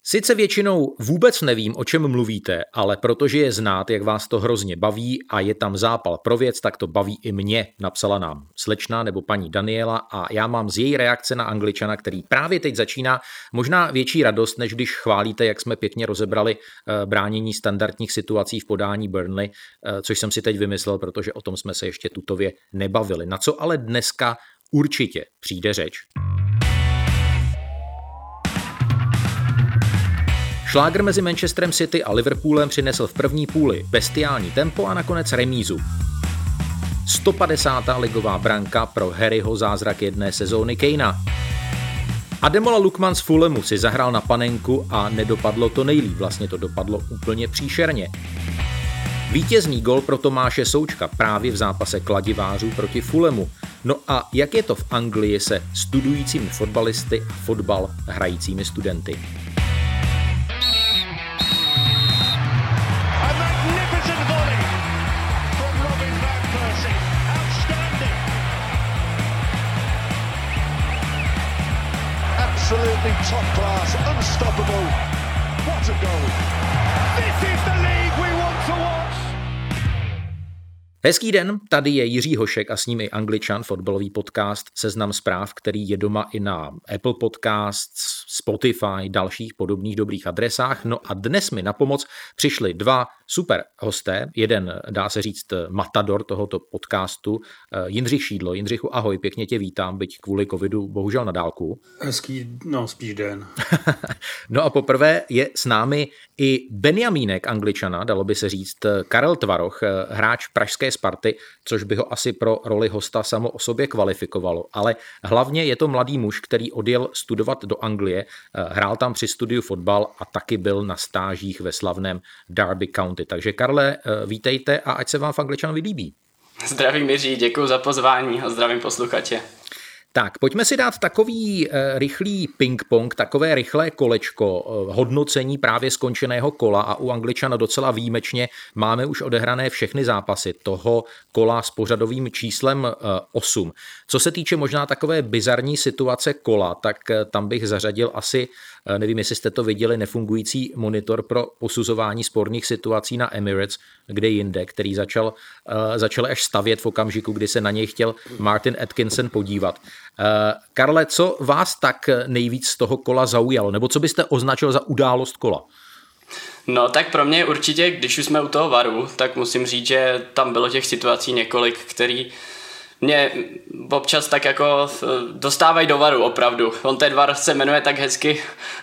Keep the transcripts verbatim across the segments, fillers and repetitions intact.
Sice většinou vůbec nevím, o čem mluvíte, ale protože je znát, jak vás to hrozně baví a je tam zápal pro věc, tak to baví i mě, napsala nám slečna nebo paní Daniela a já mám z její reakce na Angličana, který právě teď začíná, možná větší radost, než když chválíte, jak jsme pěkně rozebrali bránění standardních situací v podání Burnley, což jsem si teď vymyslel, protože o tom jsme se ještě tutově nebavili. Na co ale dneska určitě přijde řeč. Šlágr mezi Manchesterem City a Liverpoolem přinesl v první půli bestiální tempo a nakonec remízu. sto padesátá ligová branka pro Harryho zázrak jedné sezóny Kanea. Ademola Lookman z Fulhamu si zahrál na panenku a nedopadlo to nejlíp, vlastně to dopadlo úplně příšerně. Vítězný gol pro Tomáše Součka právě v zápase kladivářů proti Fulhamu. No a jak je to v Anglii se studujícími fotbalisty a fotbal hrajícími studenty? Absolutely top class, unstoppable. What a goal. This is the league we want to watch. Hezký den, tady je Jiří Hošek a s ním i Angličan, fotbalový podcast Seznam zpráv, který je doma i na Apple Podcasts, Spotify, dalších podobných dobrých adresách. No a dnes mi na pomoc přišli dva super hosté. Jeden, dá se říct, matador tohoto podcastu, Jindřich Šídlo. Jindřichu, ahoj, pěkně tě vítám, byť kvůli covidu bohužel na dálku. Hezký, no spíš den. No a poprvé je s námi i Benjamínek Angličana, dalo by se říct, Karel Tvaroch, hráč pražské Sparty, což by ho asi pro roli hosta samo o sobě kvalifikovalo. Ale hlavně je to mladý muž, který odjel studovat do Anglie, hrál tam při studiu fotbal a taky byl na stážích ve slavném Derby County. Takže Karle, vítejte a ať se vám v Angličanovi líbí. Zdravím Jiří, děkuji za pozvání a zdravím posluchače. Tak, pojďme si dát takový e, rychlý ping-pong, takové rychlé kolečko e, hodnocení právě skončeného kola a u Angličana docela výjimečně máme už odehrané všechny zápasy toho kola s pořadovým číslem e, osm. Co se týče možná takové bizarní situace kola, tak e, tam bych zařadil asi, e, nevím, jestli jste to viděli, nefungující monitor pro posuzování sporných situací na Emirates, kde jinde, který začal, e, začal až stavět v okamžiku, kdy se na něj chtěl Martin Atkinson podívat. Uh, Karle, co vás tak nejvíc z toho kola zaujalo? Nebo co byste označil za událost kola? No tak pro mě určitě, když už jsme u toho varu, tak musím říct, že tam bylo těch situací několik, který mě občas tak jako dostávají do varu opravdu. On ten var se jmenuje tak hezky,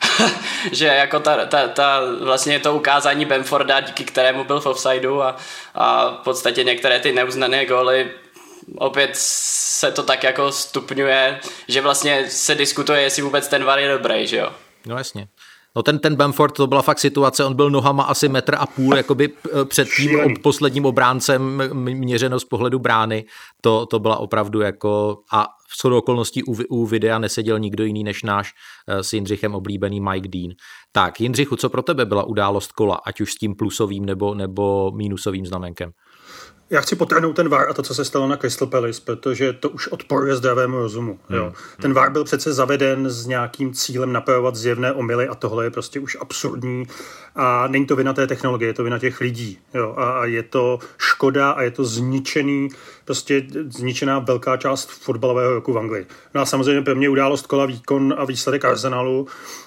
že jako ta, ta, ta vlastně to ukázání Bamforda, díky kterému byl v offsideu a, a v podstatě některé ty neuznané góly opět se to tak jako stupňuje, že vlastně se diskutuje, jestli vůbec ten var je dobrý, že jo? No jasně. No ten, ten Bamford, to byla fakt situace, on byl nohama asi metr a půl jakoby před tím ob, posledním obráncem měřeno z pohledu brány. To, to byla opravdu jako, a v shodou okolností u, u videa neseděl nikdo jiný než náš s Jindřichem oblíbený Mike Dean. Tak Jindřichu, co pro tebe byla událost kola, ať už s tím plusovým nebo, nebo mínusovým znamenkem? Já chci potrhnout ten V A R a to, co se stalo na Crystal Palace, protože to už odporuje zdravému rozumu. Hmm. Jo. Ten V A R byl přece zaveden s nějakým cílem napravovat zjevné omyly a tohle je prostě už absurdní a není to vina té technologie, je to vina těch lidí. Jo. A, a je to škoda a je to zničený, prostě zničená velká část fotbalového roku v Anglii. No a samozřejmě pro mě událost kola výkon a výsledek Arsenalu,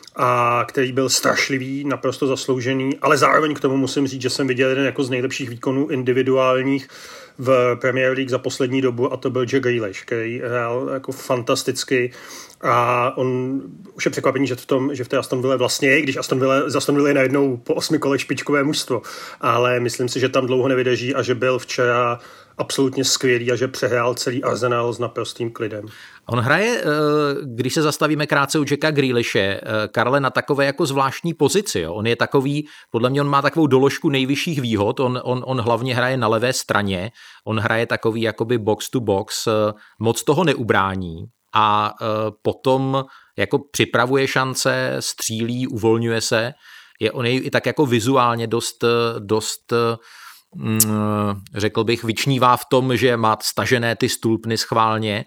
a který byl strašlivý, naprosto zasloužený, ale zároveň k tomu musím říct, že jsem viděl jeden jako z nejlepších výkonů individuálních v Premier League za poslední dobu a to byl Jack Grealish, který hrál jako fantasticky a on už je překvapení, že v, tom, že v té Aston Ville vlastně je, když Aston Ville, z Aston Ville je najednou po osmi kolech špičkové mužstvo, ale myslím si, že tam dlouho nevydrží a že byl včera absolutně skvělý a že přehrál celý Arsenal s naprostým klidem. On hraje, když se zastavíme krátce u Jacka Grealishe, Karle, na takové jako zvláštní pozici. Jo? On je takový, podle mě on má takovou doložku nejvyšších výhod, on, on, on hlavně hraje na levé straně, on hraje takový jakoby box to box, moc toho neubrání a potom jako připravuje šance, střílí, uvolňuje se. Je, on je i tak jako vizuálně dost, dost řekl bych, vyčnívá v tom, že má stažené ty stulpny schválně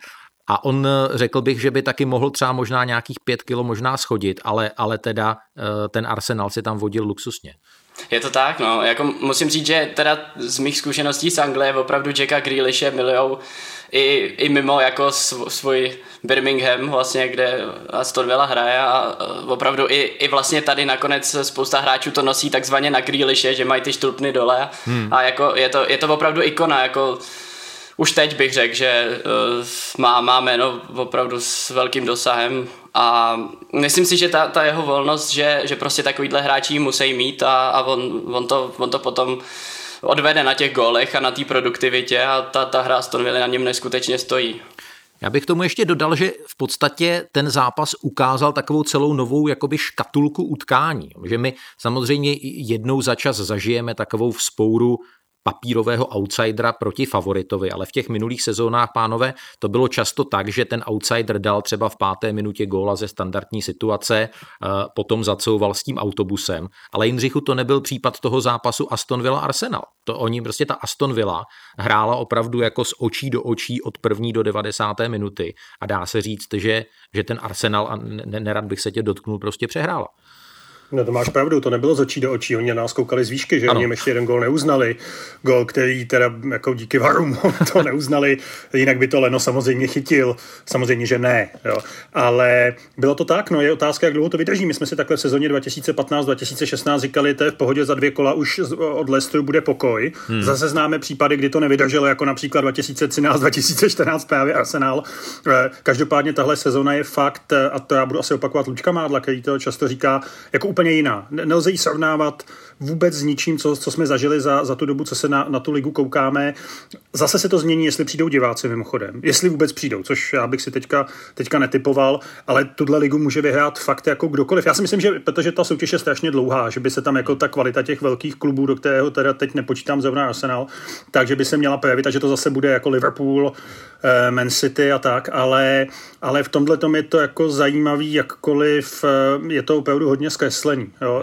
A on, řekl bych, že by taky mohl třeba možná nějakých pět kilo možná schodit, ale, ale teda ten Arsenal si tam vodil luxusně. Je to tak, no, jako musím říct, že teda z mých zkušeností z Anglie opravdu Jacka Grealishe milujou i, i mimo jako svůj Birmingham vlastně, kde Aston Villa hraje a opravdu i, i vlastně tady nakonec spousta hráčů to nosí takzvaně na Grealishe, že mají ty štulpny dole hmm. a jako je to, je to opravdu ikona, jako už teď bych řekl, že uh, má, má jméno opravdu s velkým dosahem a myslím si, že ta, ta jeho volnost, že, že prostě takovýhle hráči musí mít a, a on, on, to, on to potom odvede na těch gólech a na té produktivitě a ta, ta hra Aston Villa na něm neskutečně stojí. Já bych tomu ještě dodal, že v podstatě ten zápas ukázal takovou celou novou jakoby škatulku utkání, že my samozřejmě jednou za čas zažijeme takovou vzpouru papírového outsidera proti favoritovi, ale v těch minulých sezónách, pánové, to bylo často tak, že ten outsider dal třeba v páté minutě góla ze standardní situace, potom zacouval s tím autobusem, ale Jindřichu, to nebyl případ toho zápasu Aston Villa Arsenal. To oni, prostě ta Aston Villa hrála opravdu jako z očí do očí od první do devadesáté minuty a dá se říct, že, že ten Arsenal, a nerad bych se tě dotknul, prostě přehrála. No to máš pravdu, to nebylo z očí do očí, oni nás koukali z výšky, že oni ještě jeden gól neuznali, gól, který teda jako díky varu to neuznali, jinak by to Leno samozřejmě chytil, samozřejmě, že ne, jo. Ale bylo to tak, no je otázka, jak dlouho to vydrží, my jsme si takhle v sezóně dva tisíce patnáct dva tisíce šestnáct říkali, to je v pohodě, za dvě kola už od Leicesteru bude pokoj, hmm. Zase známe případy, kdy to nevydrželo, jako například dva tisíce třináct dva tisíce čtrnáct právě Arsenal, každopádně tahle sezóna je fakt, a to já budu asi opakovat Luďka Mádla, který to často říká, jako úplně jiná. Nelze ji srovnávat vůbec s ničím, co, co jsme zažili za, za tu dobu, co se na, na tu ligu koukáme. Zase se to změní, jestli přijdou diváci mimochodem. Jestli vůbec přijdou, což já bych si teďka, teďka netypoval, ale tuhle ligu může vyhrát fakt jako kdokoliv. Já si myslím, že protože ta soutěž je strašně dlouhá, že by se tam jako ta kvalita těch velkých klubů, do kterého teda teď nepočítám zrovna Arsenal, takže by se měla projevit a že to zase bude jako Liverpool, Man City a tak, ale, ale v tomhle tom je to jako zajímavý, jakkoliv je to opravdu hodně zkreslení. Jo.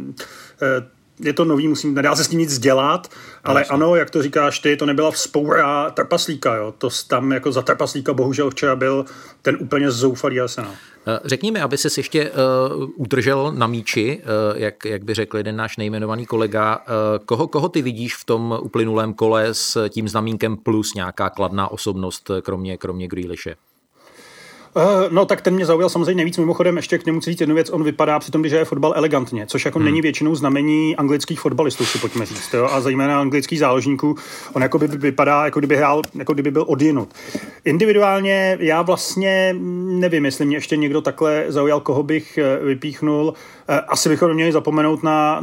Je to nový, musím, nedá se s tím nic dělat, ale Vlastně. Ano, jak to říkáš ty, to nebyla vzpoura trpaslíka, jo. To tam jako za trpaslíka bohužel včera byl ten úplně zoufalý Arsenal. Řekni mi, aby ses ještě uh, udržel na míči, uh, jak, jak by řekl jeden náš nejmenovaný kolega, uh, koho, koho ty vidíš v tom uplynulém kole s tím znamínkem plus nějaká kladná osobnost, kromě, kromě Grealishe? Uh, no tak ten mě zaujal samozřejmě nejvíc, mimochodem ještě k němu chci říct jednu věc, on vypadá přitom, když je fotbal elegantně, což jako hmm. není většinou znamení anglických fotbalistů, si pojďme říct, jo? A zejména anglických záložníků, on jako by vypadá, jako kdyby hrál, jako kdyby byl odjinut. Individuálně já vlastně nevím, jestli mě ještě někdo takhle zaujal, koho bych vypíchnul, asi bychom měli zapomenout na,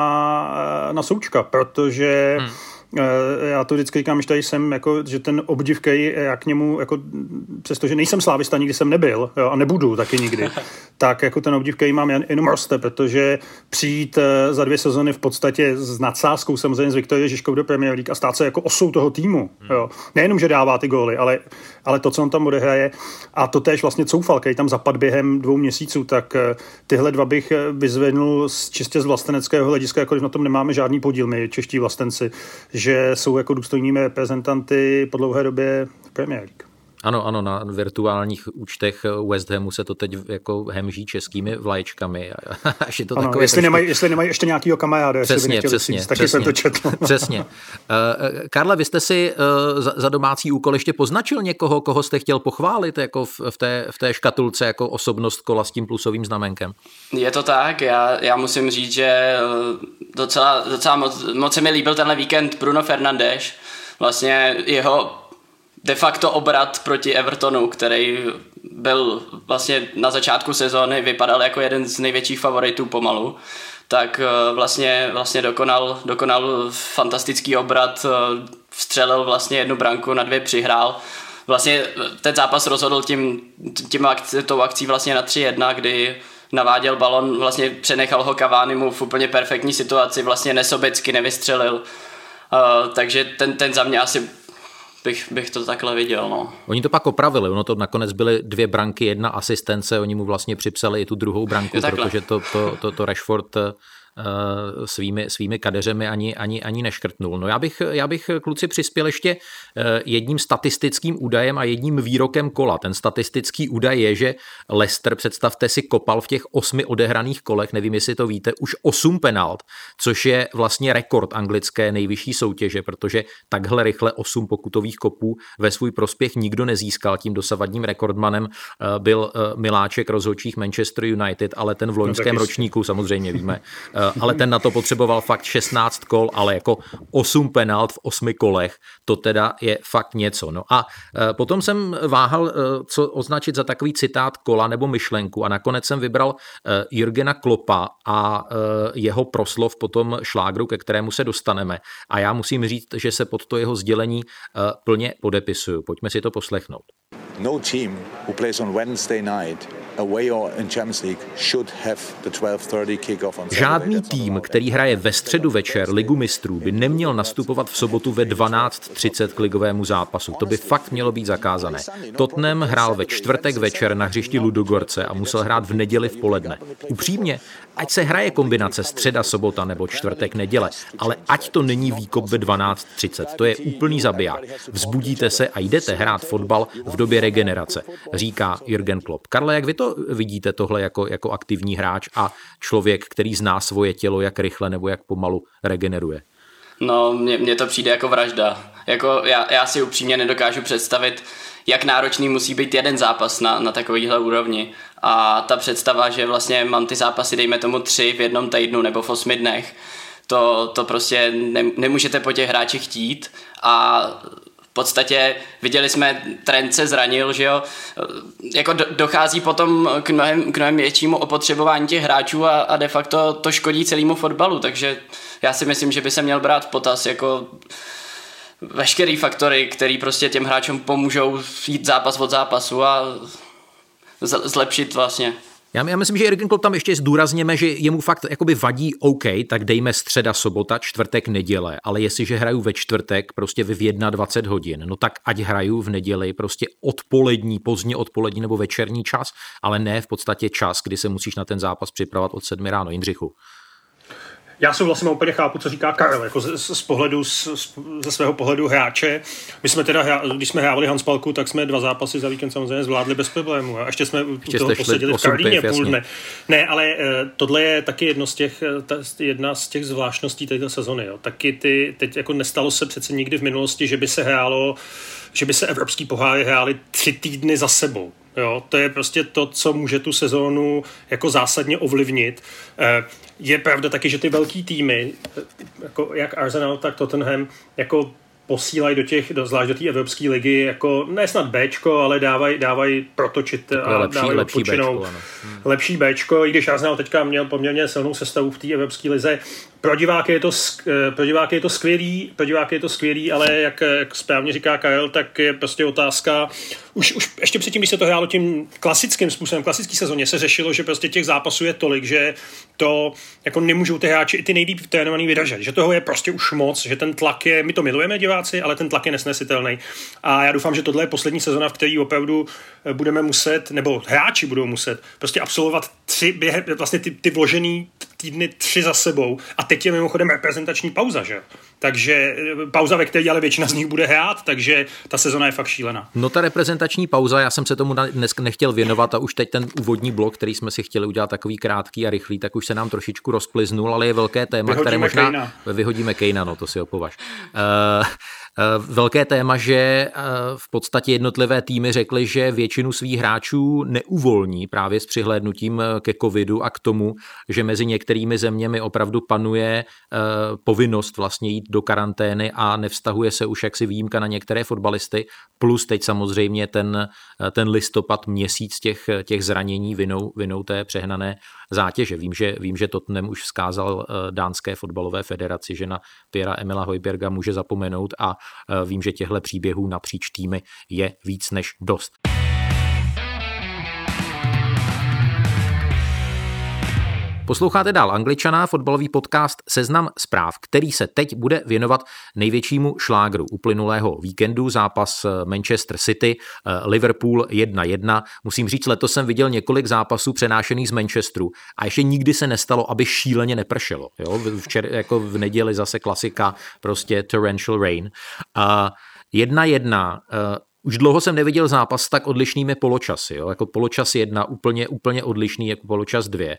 na, na Součka, protože hmm. Já to vždycky říkám, že tady jsem, jako, že ten obdiv, který já k němu, jako, přestože nejsem slávista, nikdy jsem nebyl, jo, a nebudu taky nikdy, tak jako ten obdiv, který mám, jenom roste, protože přijít za dvě sezony v podstatě s nadsázkou samozřejmě s Viktorií Žižkou do Premier League a stát se jako osou toho týmu. Jo. Nejenom, že dává ty góly, ale, ale to, co on tam odehraje, a to též vlastně Coufal, který tam zapad během dvou měsíců, tak tyhle dva bych vyzvednul čistě z vlasteneckého hlediska, jakkoliv na tom nemáme žádný podíl, my čeští vlastenci, že jsou jako důstojnými reprezentanty po dlouhé době Premier League. Ano, ano, na virtuálních účtech West Hamu se to teď jako hemží českými vlaječkami. Až je to ano, jestli, nemají, jestli nemají ještě nějakýho kamaráda, přesně, přesně, říct, taky přesně, jsem to četl. Přesně. Uh, Karle, vy jste si uh, za, za domácí úkol ještě poznačil někoho, koho jste chtěl pochválit jako v, v, té, v té škatulce jako osobnost kola s tím plusovým znamenkem? Je to tak, já, já musím říct, že docela, docela moc, moc se mi líbil tenhle víkend Bruno Fernandes. Vlastně jeho de facto obrat proti Evertonu, který byl vlastně na začátku sezóny, vypadal jako jeden z největších favoritů pomalu, tak vlastně, vlastně dokonal, dokonal fantastický obrat, vstřelil vlastně jednu branku, na dvě přihrál. Vlastně ten zápas rozhodl tím, tím akci, tou akcí vlastně na tři jedna, kdy naváděl balon, vlastně přenechal ho Cavanimu v úplně perfektní situaci, vlastně nesobecky nevystřelil. Uh, takže ten, ten za mě asi Bych, bych to takhle viděl, no. Oni to pak opravili, ono to nakonec byly dvě branky, jedna asistence, oni mu vlastně připsali i tu druhou branku, protože to, to, to, to Rashford svými, svými kadeřemi ani, ani, ani neškrtnul. No já bych, já bych, kluci, přispěl ještě jedním statistickým údajem a jedním výrokem kola. Ten statistický údaj je, že Leicester, představte si, kopal v těch osmi odehraných kolech, nevím, jestli to víte, už osm penalt, což je vlastně rekord anglické nejvyšší soutěže, protože takhle rychle osm pokutových kopů ve svůj prospěch nikdo nezískal. Tím dosavadním rekordmanem byl miláček rozhodčích Manchester United, ale ten v loňském no, ročníku samozřejmě víme, ale ten na to potřeboval fakt šestnáct kol, ale jako osm penalt v osmi kolech, to teda je fakt něco. No a potom jsem váhal, co označit za takový citát kola nebo myšlenku a nakonec jsem vybral Jürgena Kloppa a jeho proslov potom šlágru, ke kterému se dostaneme. A já musím říct, že se pod to jeho sdělení plně podepisuju. Pojďme si to poslechnout. No team who plays on Wednesday night away or in Champions League should have the twelve thirty kick-off on Saturday. Žádný tým, který hraje ve středu večer Ligu mistrů, by neměl nastupovat v sobotu ve dvanáct třicet k ligovému zápasu. To by fakt mělo být zakázané. Tottenham hrál ve čtvrtek večer na hřišti Ludogorce a musel hrát v neděli v poledne. Upřímně, ať se hraje kombinace středa, sobota nebo čtvrtek, neděle, ale ať to není výkop ve dvanáct třicet. To je úplný zabiják. Vzbudíte se a jdete hrát fotbal v době regenerace, říká Jürgen Klopp. Karle, jak vy to vidíte tohle jako, jako aktivní hráč a člověk, který zná svoje tělo, jak rychle nebo jak pomalu regeneruje? No, mně, mně to přijde jako vražda. Jako já, já si upřímně nedokážu představit, jak náročný musí být jeden zápas na, na takovýhle úrovni. A ta představa, že vlastně mám ty zápasy, dejme tomu tři v jednom týdnu nebo v osmi dnech, to, to prostě ne, nemůžete po těch hráčích chtít. A v podstatě viděli jsme, Trent se zranil, že jo, jako do, dochází potom k mnohem, k mnohem většímu opotřebování těch hráčů a, a de facto to škodí celému fotbalu, takže já si myslím, že by se měl brát v potaz jako veškerý faktory, který prostě těm hráčům pomůžou jít zápas od zápasu a zlepšit vlastně. Já, já myslím, že Jürgen Klopp tam ještě zdůrazněme, že jemu fakt jakoby vadí OK, tak dejme středa, sobota, čtvrtek, neděle, ale jestliže hraju ve čtvrtek prostě v dvacet jedna hodin, no tak ať hraju v neděli prostě odpolední, pozdně odpolední nebo večerní čas, ale ne v podstatě čas, kdy se musíš na ten zápas připravovat od sedmi ráno. Jindřichu. Já souhlasím, úplně chápu, co říká Karel, jako z, z pohledu, z, ze svého pohledu hráče. My jsme teda, když jsme hráli Hanspalku, tak jsme dva zápasy za víkend samozřejmě zvládli bez problémů. A ještě jsme ještě toho poseděli v Karlíně půl dne. Ne, ale tohle je taky jedno z těch, ta, jedna z těch zvláštností této sezony. Jo. Taky ty, teď jako nestalo se přece nikdy v minulosti, že by se hrálo, že by se evropský poháry hrály tři týdny za sebou. Jo, to je prostě to, co může tu sezónu jako zásadně ovlivnit. Je pravda taky, že ty velký týmy, jako jak Arsenal, tak Tottenham, jako posílají do těch, do, zvlášť do té Evropské ligy, jako ne snad Bčko, ale dávají dávaj protočit a lepší, dávají lepší odpočinout. Bčko, hmm. Lepší Bčko, i když Arsenal teďka měl poměrně silnou sestavu v té Evropské lize. Pro diváky je to, pro diváky je to skvělý, pro diváky je to skvělý, ale jak, jak správně říká Karel, tak je prostě otázka, už, už ještě předtím, když se to hrálo tím klasickým způsobem, klasický sezóně se řešilo, že prostě těch zápasů je tolik, že to jako nemůžou ty hráči i ty nejlíp trénovaný vydržet, že toho je prostě už moc, že ten tlak je, my to milujeme diváci, ale ten tlak je nesnesitelný. A já doufám, že tohle je poslední sezona, v které opravdu budeme muset, nebo hráči budou muset prostě absolvovat tři během, vlastně ty, ty vložený týdny tři za sebou a teď je mimochodem reprezentační pauza, že? Takže pauza, ve které ale většina z nich bude hrát, takže ta sezona je fakt šílená. No ta reprezentační pauza, já jsem se tomu dnes nechtěl věnovat a už teď ten úvodní blok, který jsme si chtěli udělat takový krátký a rychlý, tak už se nám trošičku rozpliznul, ale je velké téma, vyhodíme které možná... Kejna. Vyhodíme Kejna, no to si opovaž. Uh, Velké téma, že v podstatě jednotlivé týmy řekly, že většinu svých hráčů neuvolní právě s přihlédnutím ke covidu a k tomu, že mezi některými zeměmi opravdu panuje povinnost vlastně jít do karantény a nevztahuje se už jaksi výjimka na některé fotbalisty, plus teď samozřejmě ten, ten listopad měsíc těch, těch zranění vinou, vinou té přehnané zátěže. Vím, že, vím, že Tottenham už vzkázal dánské fotbalové federaci, že na Pierra Emila Højbjerga může zapomenout a vím, že těchto příběhů napříč týmy je víc než dost. Posloucháte dál Angličana, fotbalový podcast Seznam zpráv, který se teď bude věnovat největšímu šlágru uplynulého víkendu, zápas Manchester City, Liverpool jedna jedna. Musím říct, letos jsem viděl několik zápasů přenášených z Manchesteru a ještě nikdy se nestalo, aby šíleně nepršelo. Jo? Včer, jako v neděli zase klasika, prostě torrential rain. Uh, jedna jedna. Uh, Už dlouho jsem neviděl zápas s tak odlišnými poločasy. Jo? Jako poločas jedna úplně, úplně odlišný jako poločas dvě.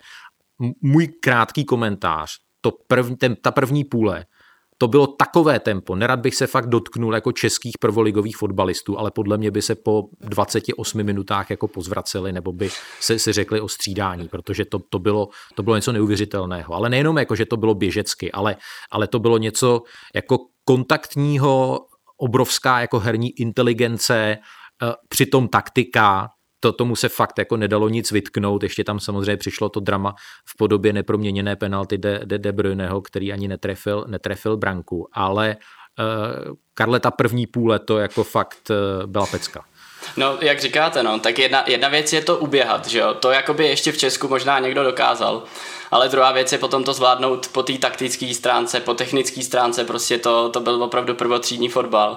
Můj krátký komentář, to prv, ten, ta první půle, to bylo takové tempo, nerad bych se fakt dotknul jako českých prvoligových fotbalistů, ale podle mě by se po dvaceti osmi minutách jako pozvraceli, nebo by se si řekli o střídání, protože to, to, bylo, to bylo něco neuvěřitelného. Ale nejenom jako, že to bylo běžecky, ale, ale to bylo něco jako kontaktního, obrovská jako herní inteligence, přitom taktika, to, tomu se fakt jako nedalo nic vytknout, ještě tam samozřejmě přišlo to drama v podobě neproměněné penalty De, De, De Bruyneho, který ani netrefil, netrefil branku, ale uh, Karle, ta první půle to jako fakt uh, byla pecka. No, jak říkáte, no, tak jedna, jedna věc je to uběhat, že jo, to jakoby ještě v Česku možná někdo dokázal, ale druhá věc je potom to zvládnout po té taktické stránce, po technické stránce, prostě to, to byl opravdu prvotřídní fotbal.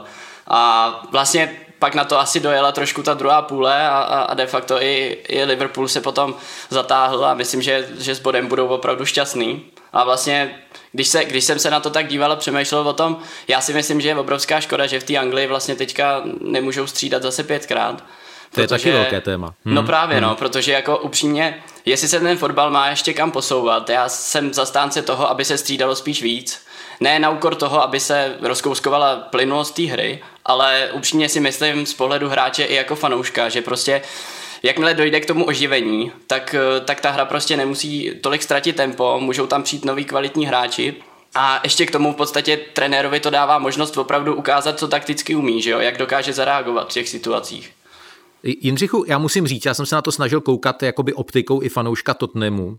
A vlastně pak na to asi dojela trošku ta druhá půle a, a de facto i, i Liverpool se potom zatáhl a myslím, že, že s bodem budou opravdu šťastný. A vlastně, když, se, když jsem se na to tak díval a přemýšlel o tom, já si myslím, že je obrovská škoda, že v té Anglii vlastně teďka nemůžou střídat zase pětkrát. To je taky velké téma. Hmm. No právě, hmm. no, protože jako upřímně, jestli se ten fotbal má ještě kam posouvat, já jsem zastánce toho, aby se střídalo spíš víc. Ne na úkor toho, aby se rozkouskovala plynulost té hry, ale upřímně si myslím z pohledu hráče i jako fanouška, že prostě jakmile dojde k tomu oživení, tak, tak ta hra prostě nemusí tolik ztratit tempo, můžou tam přijít noví kvalitní hráči a ještě k tomu v podstatě trenérovi to dává možnost opravdu ukázat, co takticky umí, že jo? Jak dokáže zareagovat v těch situacích. Jindřichu, já musím říct, já jsem se na to snažil koukat jakoby optikou i fanouška Tottenhamu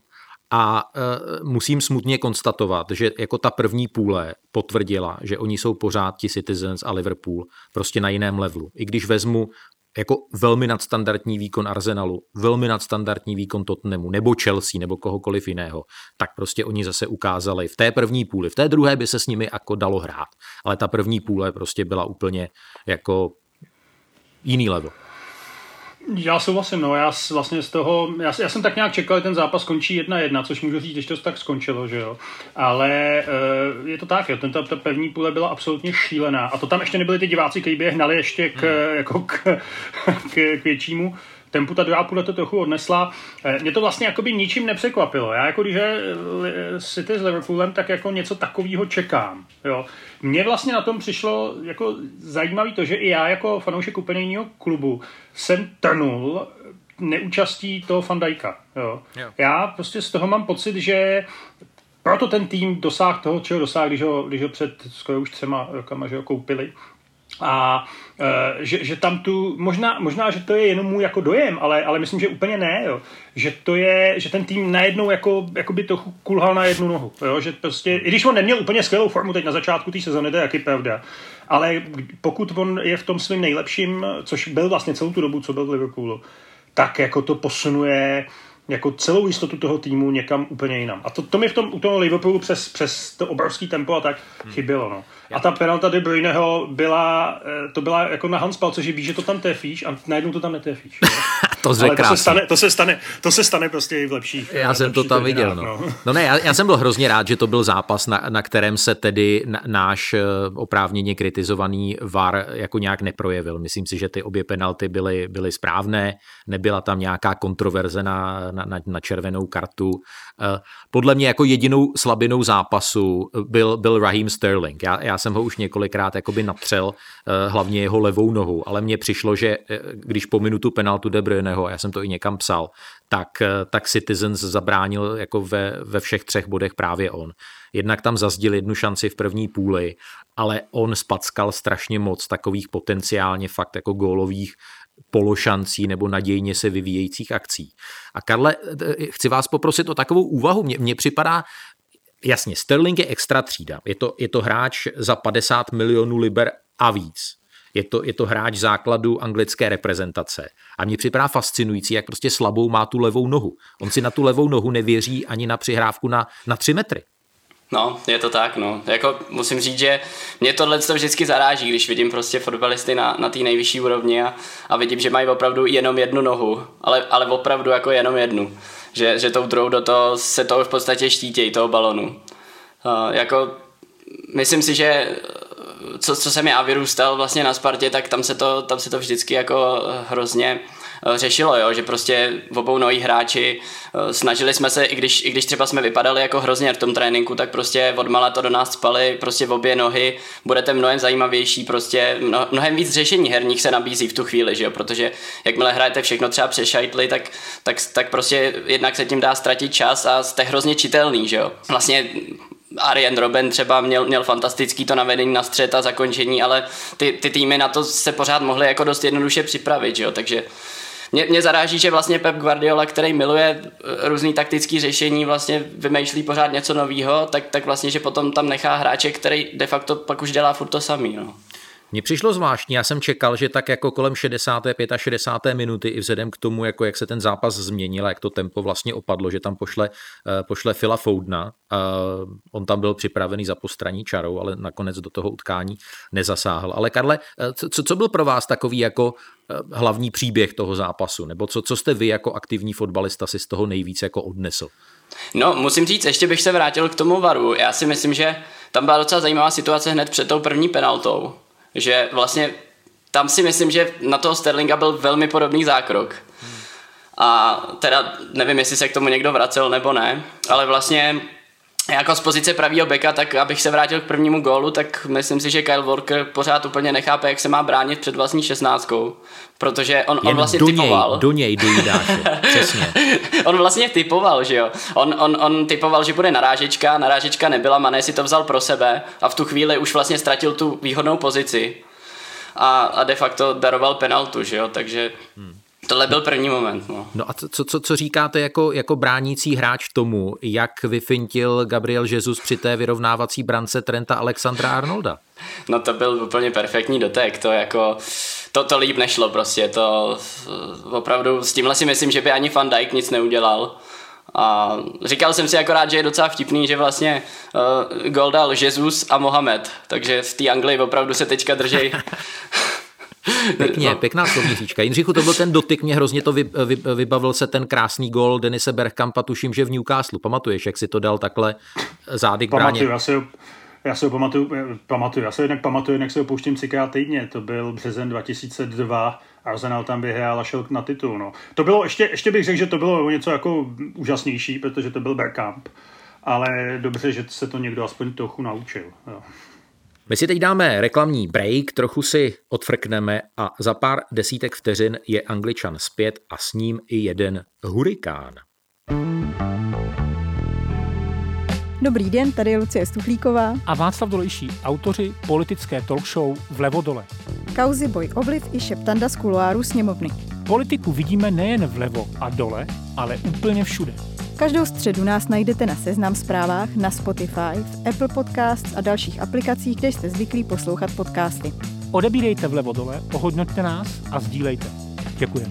a e, musím smutně konstatovat, že jako ta první půle potvrdila, že oni jsou pořád ti Citizens a Liverpool prostě na jiném levelu. I když vezmu jako velmi nadstandardní výkon Arsenalu, velmi nadstandardní výkon Tottenhamu, nebo Chelsea, nebo kohokoliv jiného, tak prostě oni zase ukázali v té první půli. V té druhé by se s nimi jako dalo hrát, ale ta první půle prostě byla úplně jako jiný level. Já souhlasím, no, já vlastně z toho, já, já jsem tak nějak čekal, že ten zápas skončí jedna jedna, což můžu říct, že to tak skončilo, že jo, ale e, je to tak, jo, ten, ta, ta první půle byla absolutně šílená a to tam ještě nebyli ty diváci, kteří by je hnali ještě k, hmm. jako k, k, k většímu tempu, ta druhá půle to trochu odnesla. Mě to vlastně jakoby ničím nepřekvapilo. Já jako když je City s Liverpoolem, tak jako něco takového čekám. Jo. Mně vlastně na tom přišlo jako zajímavé to, že i já jako fanoušek úplně jiného klubu jsem trnul neúčastí toho Van Dijka. Jo. Jo. Já prostě z toho mám pocit, že proto ten tým dosáhl toho, čeho dosáhl, když ho, když ho před skoro už třema rokama že ho koupili. A e, že, že tam tu, možná, možná, že to je jenom můj jako dojem, ale, ale myslím, že úplně ne, jo. Že to je, že ten tým najednou jako, jako by to kulhal na jednu nohu, jo. Že prostě, i když on neměl úplně skvělou formu teď na začátku té sezony, to je jaký pravda, ale pokud on je v tom svým nejlepším, což byl vlastně celou tu dobu, co byl v Liverpoolu, tak jako to posunuje jako celou jistotu toho týmu někam úplně jinam. A to, to mi v tom, u toho Liverpoolu přes, přes to obrovský tempo a tak hmm. chybělo. No. A ta penalta De Bruyneho byla, to byla jako na handball, což je víš, že to tam trefíš a najednou to tam netrefíš. to, Ale to, se stane, to, se stane, to se stane prostě i v lepších. Já jsem to tam viděl. No. No. no ne, já, já jsem byl hrozně rád, že to byl zápas, na, na kterém se tedy na, náš oprávněně kritizovaný V A R jako nějak neprojevil. Myslím si, že ty obě penalty byly, byly správné, nebyla tam nějaká kontroverze na, na, na, na červenou kartu. Podle mě jako jedinou slabinou zápasu byl, byl Raheem Sterling. Já, já jsem ho už několikrát jakoby natřel, hlavně jeho levou nohou, ale mně přišlo, že když po minutu penaltu De Bruyneho, já jsem to i někam psal, tak, tak Citizens zabránil jako ve, ve všech třech bodech právě on. Jednak tam zazdil jednu šanci v první půli, ale on spackal strašně moc takových potenciálně fakt jako gólových pološancí nebo nadějně se vyvíjejících akcí. A Karle, chci vás poprosit o takovou úvahu. Mně, mně připadá, jasně, Sterling je extra třída. Je to, je to hráč za padesát milionů liber a víc. Je to, je to hráč základu anglické reprezentace. A mně připadá fascinující, jak prostě slabou má tu levou nohu. On si na tu levou nohu nevěří ani na přihrávku na, na tři metry. No, je to tak, no. Jako musím říct, že mě tohle to vždycky zaráží, když vidím prostě fotbalisty na, na té nejvyšší úrovni a, a vidím, že mají opravdu jenom jednu nohu, ale, ale opravdu jako jenom jednu. Že, že tou druhou do toho se toho v podstatě štítějí, toho balonu. Uh, jako, myslím si, že co, co jsem já vyrůstal vlastně na Spartě, tak tam se to, tam se to vždycky jako hrozně řešilo, jo? Že prostě v obou noví hráči snažili jsme se, i když, i když třeba jsme vypadali jako hrozně v tom tréninku, tak prostě odmala to do nás spali, prostě v obě nohy, budete mnohem zajímavější, prostě mno, mnohem víc řešení herních se nabízí v tu chvíli, že jo? Protože jakmile hrajete všechno třeba přes šajtly, tak, tak, tak prostě jednak se tím dá ztratit čas a jste hrozně čitelný, že jo? Vlastně Arjen Robben třeba měl, měl fantastický to navedení na střed a zakončení, ale ty, ty týmy na to se pořád mohly jako dost jednoduše připravit, že jo? Takže Mě, mě zaráží, že vlastně Pep Guardiola, který miluje různý taktický řešení, vlastně vymýšlí pořád něco novýho, tak, tak vlastně, že potom tam nechá hráče, který de facto pak už dělá furt to samý. No. Mně přišlo zvláštní, já jsem čekal, že tak jako kolem šedesáté šedesáté pátá minuty i vzhledem k tomu, jako jak se ten zápas změnil, jak to tempo vlastně opadlo, že tam pošle, pošle Phila Foudena. On tam byl připravený za postraní čarou, ale nakonec do toho utkání nezasáhl. Ale Karle, co, co byl pro vás takový jako hlavní příběh toho zápasu? Nebo co, co jste vy jako aktivní fotbalista si z toho nejvíc jako odnesl? No, musím říct, ještě bych se vrátil k tomu varu. Já si myslím, že tam byla docela zajímavá situace hned před tou první penaltou. Že vlastně tam si myslím, že na toho Sterlinga byl velmi podobný zákrok. A teda nevím, jestli se k tomu někdo vracel nebo ne, ale vlastně jako z pozice pravýho beka, tak abych se vrátil k prvnímu gólu, tak myslím si, že Kyle Walker pořád úplně nechápe, jak se má bránit před vlastní šestnáctkou, protože on, on vlastně do typoval. Něj, do něj dojídáše, přesně. On vlastně typoval, že jo. On, on, on typoval, že bude narážečka, narážečka nebyla, Mané si to vzal pro sebe a v tu chvíli už vlastně ztratil tu výhodnou pozici a, a de facto daroval penaltu, že jo, takže... Hmm. Tohle byl první moment. No, no a co, co, co říkáte jako, jako bránící hráč tomu, jak vyfintil Gabriel Jesus při té vyrovnávací brance Trenta Alexandra-Arnolda? No to byl úplně perfektní dotek, to jako, to, to líp nešlo prostě, to opravdu, s tímhle si myslím, že by ani Van Dijk nic neudělal. A říkal jsem si akorát, že je docela vtipný, že vlastně uh, gól dal Jesus a Mohamed, takže v té Anglii opravdu se teďka držej... Pěkně, pěkná slovníříčka. Jindřichu, to byl ten dotyk, mě hrozně to vy, vy, vybavil se ten krásný gól Denise Bergkampa, tuším, že v Newcastle. Pamatuješ, jak si to dal takhle zády k bráně? Pamatuju, já si ho, já si ho pamatuju, pamatuju, já si ho jednak pamatuju, jak se ho pouštím třikrát týdně, to byl březen dva tisíce dva, Arsenal tam vyhrál a šel na titul. No. To bylo, ještě, ještě bych řekl, že to bylo něco jako úžasnější, protože to byl Bergkamp, ale dobře, že se to někdo aspoň trochu naučil. Jo. My si teď dáme reklamní break, trochu si odfrkneme a za pár desítek vteřin je Angličan zpět a s ním i jeden hurikán. Dobrý den, tady je Lucie Stuchlíková a Václav Dolejší, autoři politické talk show Vlevo dole. Kauzy, boj, ovliv i šeptanda z kuloáru sněmovny. Politiku vidíme nejen vlevo a dole, ale úplně všude. Každou středu nás najdete na Seznam Zprávách, na Spotify, v Apple Podcasts a dalších aplikacích, kde jste zvyklí poslouchat podcasty. Odebírejte Vlevo dole, ohodnoťte nás a sdílejte. Děkujeme.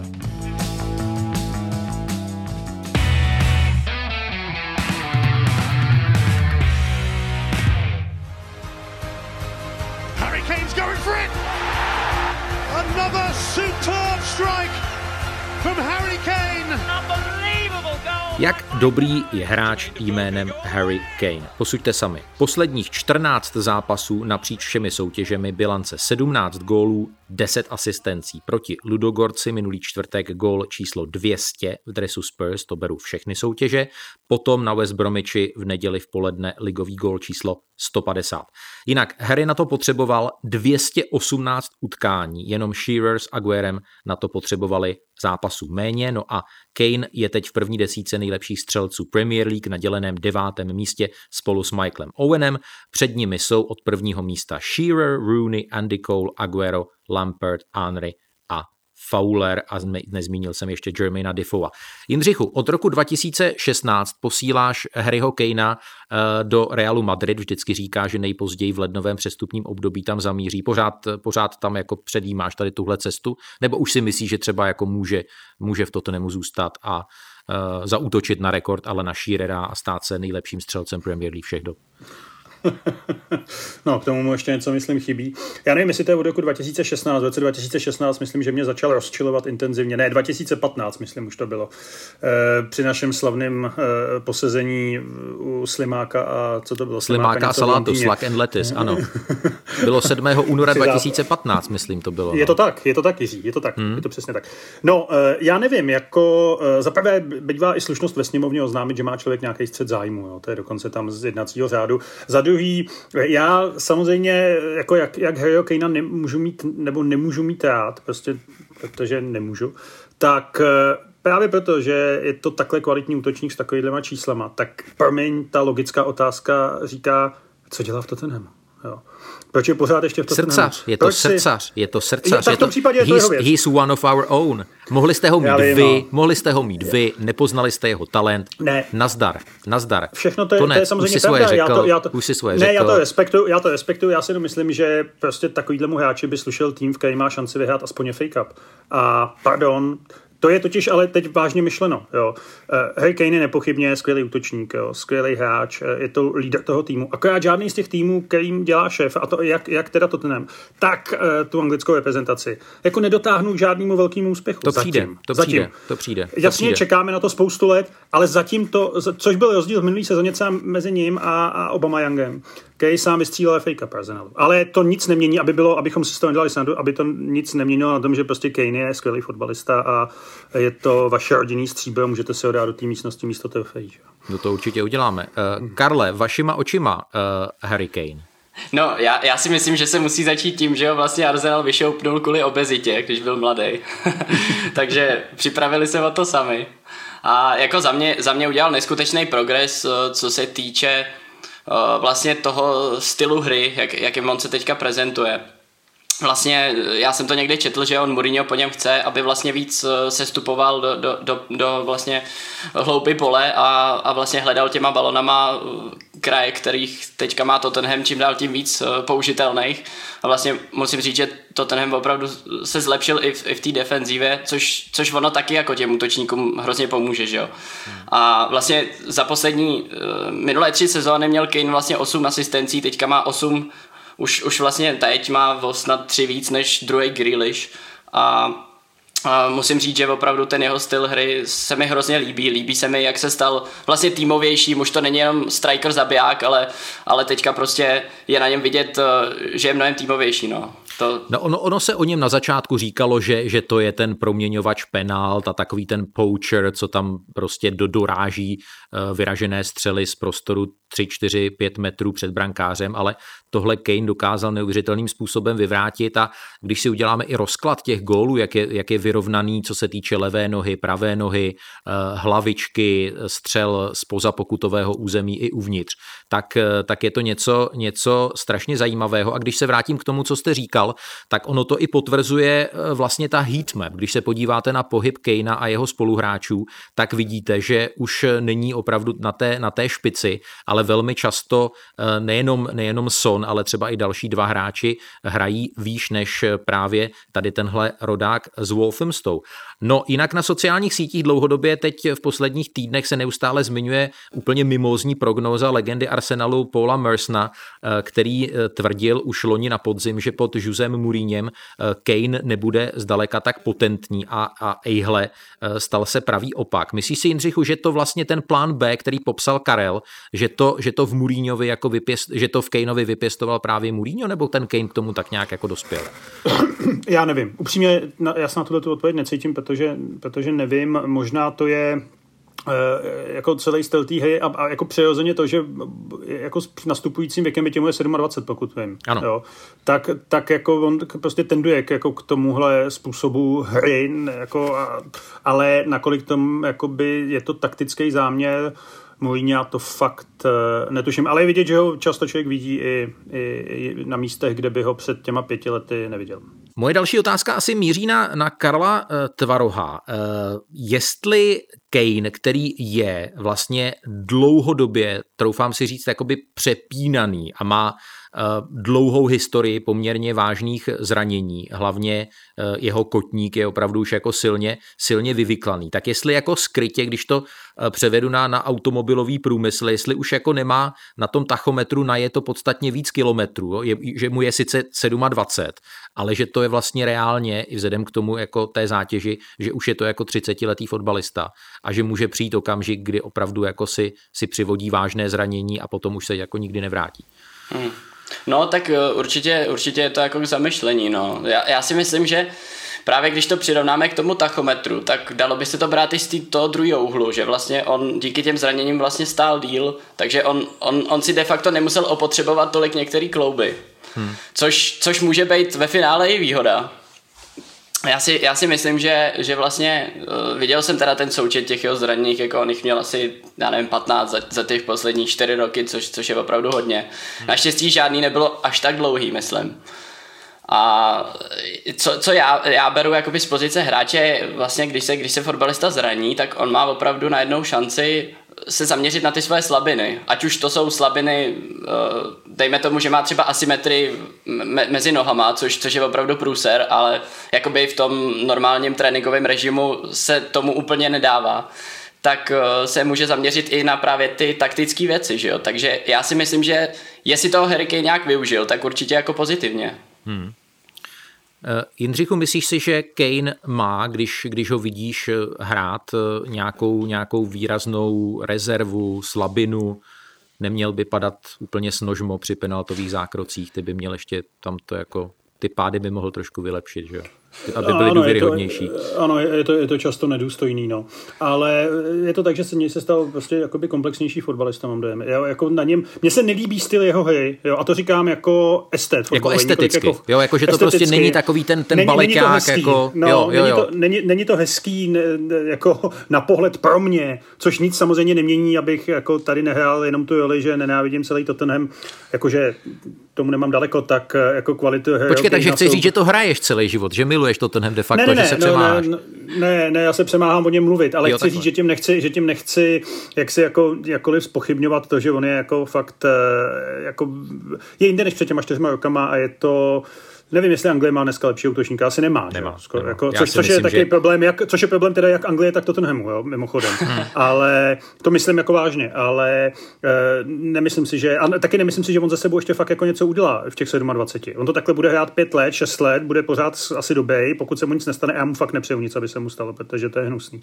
Harry Kane's going for it. Another superb strike from Harry Kane. Unbelievable goal. Jak dobrý je hráč jménem Harry Kane? Posuďte sami. Posledních čtrnáct zápasů napříč všemi soutěžemi, bilance sedmnáct gólů, deset asistencí. Proti Ludogorci minulý čtvrtek gól číslo dvě stě v dresu Spurs, to beru všechny soutěže. Potom na West Bromichi v neděli v poledne ligový gól číslo sto padesát. Jinak Harry na to potřeboval dvě stě osmnáct utkání, jenom Shearer s Aguerem na to potřebovali zápasů méně, no a Kane je teď v první desítce nejlepších střelců Premier League na děleném devátém místě spolu s Michaelem Owenem. Před nimi jsou od prvního místa Shearer, Rooney, Andy Cole, Aguero, Lampard, Henry a Fowler a nezmínil jsem ještě Jermaina Defoea. Jindřichu, od roku dva tisíce šestnáct posíláš Harryho Kanea do Realu Madrid, vždycky říká, že nejpozději v lednovém přestupním období tam zamíří. Pořád, pořád tam jako předjímáš tady tuhle cestu, nebo už si myslíš, že třeba jako může, může v Tottenhamu zůstat a uh, zaútočit na rekord Alana Shearera a stát se nejlepším střelcem Premier League všech dob? No, k tomu mu ještě něco, myslím, chybí. Já nevím, jestli to je od roku dva tisíce šestnáct. V roce dva tisíce šestnáct, myslím, že mě začal rozčilovat intenzivně. Ne, dva tisíce patnáct, myslím, už to bylo. E, při našem slavném e, posezení u Slimáka a co to bylo? Slimáka, Slimáka a salátu, Slack and Lettuce, ano. Bylo sedmého února dva tisíce patnáct, myslím, to bylo. Je to tak, je to tak, Jiří, je to tak, hmm. je to přesně tak. No, e, já nevím, jako e, zaprvé bývá i slušnost ve sněmovně oznámit, že má člověk nějaký střet zájmu, jo, to je dokonce tam z jednacího řádu. Za druhý, já samozřejmě, jako jak, jak Harryho Kanea nemůžu mít, nebo nemůžu mít rád, prostě, protože nemůžu, tak právě proto, že je to takhle kvalitní útočník s takovýhlema číslama, tak promiň, ta logická otázka říká, co dělá v Tottenhamu, jo. Proč je pořád ještě v Tottenhamu? Srdcař, je to Proč srdcař, si... je to srdcař. Tak v tom případě je to jeho věc. He's one of our own. Mohli jste ho mít vím, vy, no. mohli jste ho mít vy, nepoznali jste jeho talent. Ne. Nazdar, nazdar. Všechno to je, to, ne, to je samozřejmě pravda. Já to, já to, už si svoje ne, řekl. já to respektuju, já to respektuju. Já si myslím, že prostě takovýhlemu hráči by slušel tým, v který má šanci vyhrát aspoň fake up. A pardon, to je totiž ale teď vážně myšleno. Jo. Uh, Harry Kane je nepochybně skvělý útočník, jo, skvělý hráč, je to lídr toho týmu. Akorát žádný z těch týmů, kterým dělá šéf, a to jak, jak teda Tottenham, tak uh, tu anglickou reprezentaci, jako nedotáhnou k žádnému velkému úspěchu. To přijde, zatím. to zatím. přijde, to přijde. To Jasně, přijde. čekáme na to spoustu let, ale zatím to, což byl rozdíl v minulý sezóně třeba mezi ním a, a Aubameyangem, který sám vystřílel F A Cup Arsenalu. Ale to nic nemění, aby bylo, abychom si z toho nedělali srandu, aby to nic neměnilo na tom, že prostě Kane je skvělý fotbalista a je to vaše rodinný stříbro, můžete si ho dát do té místnosti místo T F A. No to určitě uděláme. Uh, Karle, vašima očima uh, Harry Kane. No, já, já si myslím, že se musí začít tím, že ho vlastně Arsenal vyšoupnul kvůli obezitě, když byl mladý. Takže připravili se o to sami. A jako za mě, za mě udělal neskutečný progres, co se týče uh, vlastně toho stylu hry, jak, jakým on se teďka prezentuje. Vlastně já jsem to někde četl, že on Mourinho po něm chce, aby vlastně víc sestupoval do, do, do, do vlastně hlouby pole a, a vlastně hledal těma balonama kraje, kterých teďka má Tottenham čím dál tím víc použitelných. A vlastně musím říct, že Tottenham opravdu se zlepšil i v, i v té defenzivě, což, což ono taky jako těm útočníkům hrozně pomůže, že jo. A vlastně za poslední minulé tři sezóny měl Kane vlastně osm asistencí, teďka má osm. Už, už vlastně teď má snad tři víc než druhý Grealish a, a musím říct, že opravdu ten jeho styl hry se mi hrozně líbí. Líbí se mi, jak se stal vlastně týmovější, už to není jenom striker zabiják, ale, ale teďka prostě je na něm vidět, že je mnohem týmovější. No. To... No ono, ono se o něm na začátku říkalo, že, že to je ten proměňovač penalt a takový ten poacher, co tam prostě do, doráží uh, vyražené střely z prostoru tři, čtyři, pět metrů před brankářem, ale tohle Kane dokázal neuvěřitelným způsobem vyvrátit a když si uděláme i rozklad těch gólů, jak je, jak je vyrovnaný, co se týče levé nohy, pravé nohy, uh, hlavičky, střel spoza pokutového území i uvnitř, tak, uh, tak je to něco, něco strašně zajímavého a když se vrátím k tomu, co jste říkal, tak ono to i potvrzuje vlastně ta heatmap. Když se podíváte na pohyb Kanea a jeho spoluhráčů, tak vidíte, že už není opravdu na té, na té špici, ale velmi často nejenom, nejenom Son, ale třeba i další dva hráči hrají výš než právě tady tenhle rodák z Walthamstow. No jinak na sociálních sítích dlouhodobě teď v posledních týdnech se neustále zmiňuje úplně mimózní prognóza legendy Arsenalu Paula Mersona, který tvrdil už loni na podzim, že pod Josem Mourinhem Kane nebude zdaleka tak potentní a, a ejhle, stal se pravý opak. Myslíš si, Jindřichu, že to vlastně ten plán B, který popsal Karel, že to, že to v Mourinhovi jako vypěst, že to v Kaneovi vypěstoval právě Mourinho, nebo ten Kane k tomu tak nějak jako dospěl? Já nevím. Upřímně, já se na tuto odpověď necítím, protože, protože nevím, možná to je jako celý styl té hry a, a jako přirozeně to, že jako s nastupujícím věkem by těmu je dvacet sedm, pokud vím. Jo, tak, tak jako on prostě tenduje k, jako k tomuhle způsobu hry, jako, ale nakolik tom jakoby je to taktický záměr Mourinha, to fakt uh, netuším. Ale je vidět, že ho často člověk vidí i, i, i na místech, kde by ho před těma pěti lety neviděl. Moje další otázka asi míří na, na Karla uh, Tvaroha. Uh, jestli Kane, který je vlastně dlouhodobě, troufám si říct, jakoby přepínaný a má uh, dlouhou historii poměrně vážných zranění, hlavně uh, jeho kotník je opravdu už jako silně, silně vyvyklaný. Tak jestli jako skrytě, když to uh, převedu na, na automobilový průmysl, jestli už jako nemá na tom tachometru najeto podstatně víc kilometrů, je, že mu je sice dvacet sedm, ale že to je vlastně reálně i vzhledem k tomu jako té zátěži, že už je to jako třicetiletý fotbalista a že může přijít okamžik, kdy opravdu jako si, si přivodí vážné zranění a potom už se jako nikdy nevrátí. Hmm. No tak určitě, určitě je to jako k zamyšlení. No. Já, já si myslím, že právě když to přirovnáme k tomu tachometru, tak dalo by se to brát i z toho druhého úhlu, že vlastně on díky těm zraněním vlastně stál díl, takže on, on, on si de facto nemusel opotřebovat tolik některé klouby. Hmm. Což, což může být ve finále i výhoda. Já si, já si myslím, že, že vlastně uh, viděl jsem teda ten součet těch jeho zraněních, jako on jich měl asi, já nevím, patnáct za, za těch posledních čtyři roky, což, což je opravdu hodně. Hmm. Naštěstí žádný nebylo až tak dlouhý, myslím. A co, co já, já beru jakoby z pozice hráče, vlastně když se, když se fotbalista zraní, tak on má opravdu najednou šanci se zaměřit na ty své slabiny. Ať už to jsou slabiny, dejme tomu, že má třeba asymetrii me, mezi nohama, což, což je opravdu průser, ale jakoby v tom normálním tréninkovém režimu se tomu úplně nedává, tak se může zaměřit i na právě ty taktické věci, že jo? Takže já si myslím, že jestli toho Harry Kane nějak využil, tak určitě jako pozitivně. Hmm. Jindřichu, myslíš si, že Kane má, když, když ho vidíš hrát, nějakou, nějakou výraznou rezervu, slabinu, neměl by padat úplně s nožmo při penaltových zákrocích, ty by měl ještě tam to jako, ty pády by mohl trošku vylepšit, že jo? Aby byly ano, důvěryhodnější. Je to, ano, je to, je to často nedůstojný, no. Ale je to tak, že se mně se stal prostě jakoby komplexnější fotbalista, mám dojem. Jo, jako na něm, mně se nelíbí styl jeho hry, jo, a to říkám jako estet. Jako esteticky, jako, jo, jako že to prostě není takový ten, ten není, baleťák, není jako, no, jo, jo, není, jo. To, není, není to hezký ne, jako na pohled pro mě, což nic samozřejmě nemění, abych jako tady nehrál jenom tu roli, že nenávidím celý Tottenham, jakože tomu nemám daleko, tak jako kvalitu hry. Počkej, takže chci říct, že to hraješ celý život, že miluješ Tottenham de facto, ne, ne, že se no, přemáháš. Ne, ne, ne, já se přemáhám o něm mluvit, ale jo, chci říct, že tím nechci, že tím nechci jak si jako jakkoliv zpochybňovat to, že on je jako fakt jako je jinde než před těma čtyřma rokama a je to nevím, jestli Anglie má dneska lepší útočníka, asi nemá. nemá, skoro, nemá. Jako, což, což myslím, je takový že... problém, jak, což je problém teda jak Anglie, tak Tottenhamu, jo, mimochodem. Hmm. Ale to myslím jako vážně, ale e, nemyslím si, že, a taky nemyslím si, že on za sebou ještě fakt jako něco udělá v těch dvaceti sedmi. On to takhle bude hrát pět let, šest let, bude pořád asi dobej, pokud se mu nic nestane, já mu fakt nepřeju nic, aby se mu stalo, protože to je hnusný.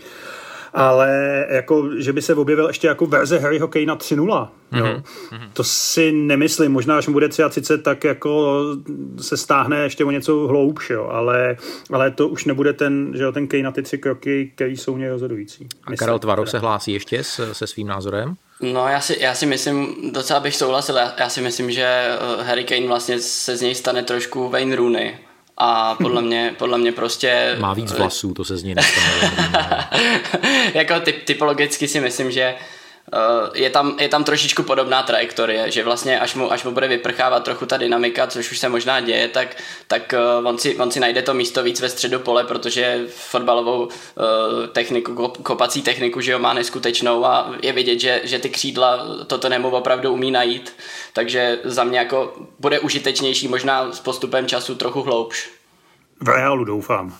Ale jako, že by se objevil ještě jako verze Harryho Kanea tři nula, jo. Mm-hmm. To si nemyslím, možná až mu bude třicet tři, tak jako se stáhne ještě o něco hloubš, jo, ale, ale to už nebude ten, že jo, ten Kane na ty tři kroky, který jsou mě rozhodující. A Karel Tvarov se hlásí ještě se, se svým názorem? No já si, já si myslím, docela bych souhlasil, já, já si myslím, že Harry Kane vlastně se z něj stane trošku Wayne Rooney. A podle mě, podle mě prostě... Má víc vlasů, to se z něj nestane. Jako typ, typologicky si myslím, že uh, je, tam, je tam trošičku podobná trajektorie, že vlastně až mu, až mu bude vyprchávat trochu ta dynamika, což už se možná děje, tak, tak uh, on, si, on si najde to místo víc ve středu pole, protože fotbalovou uh, techniku, kopací techniku, že jo, má neskutečnou a je vidět, že, že ty křídla toto nemu opravdu umí najít. Takže za mě jako bude užitečnější možná s postupem času trochu hloubš. V reálu doufám.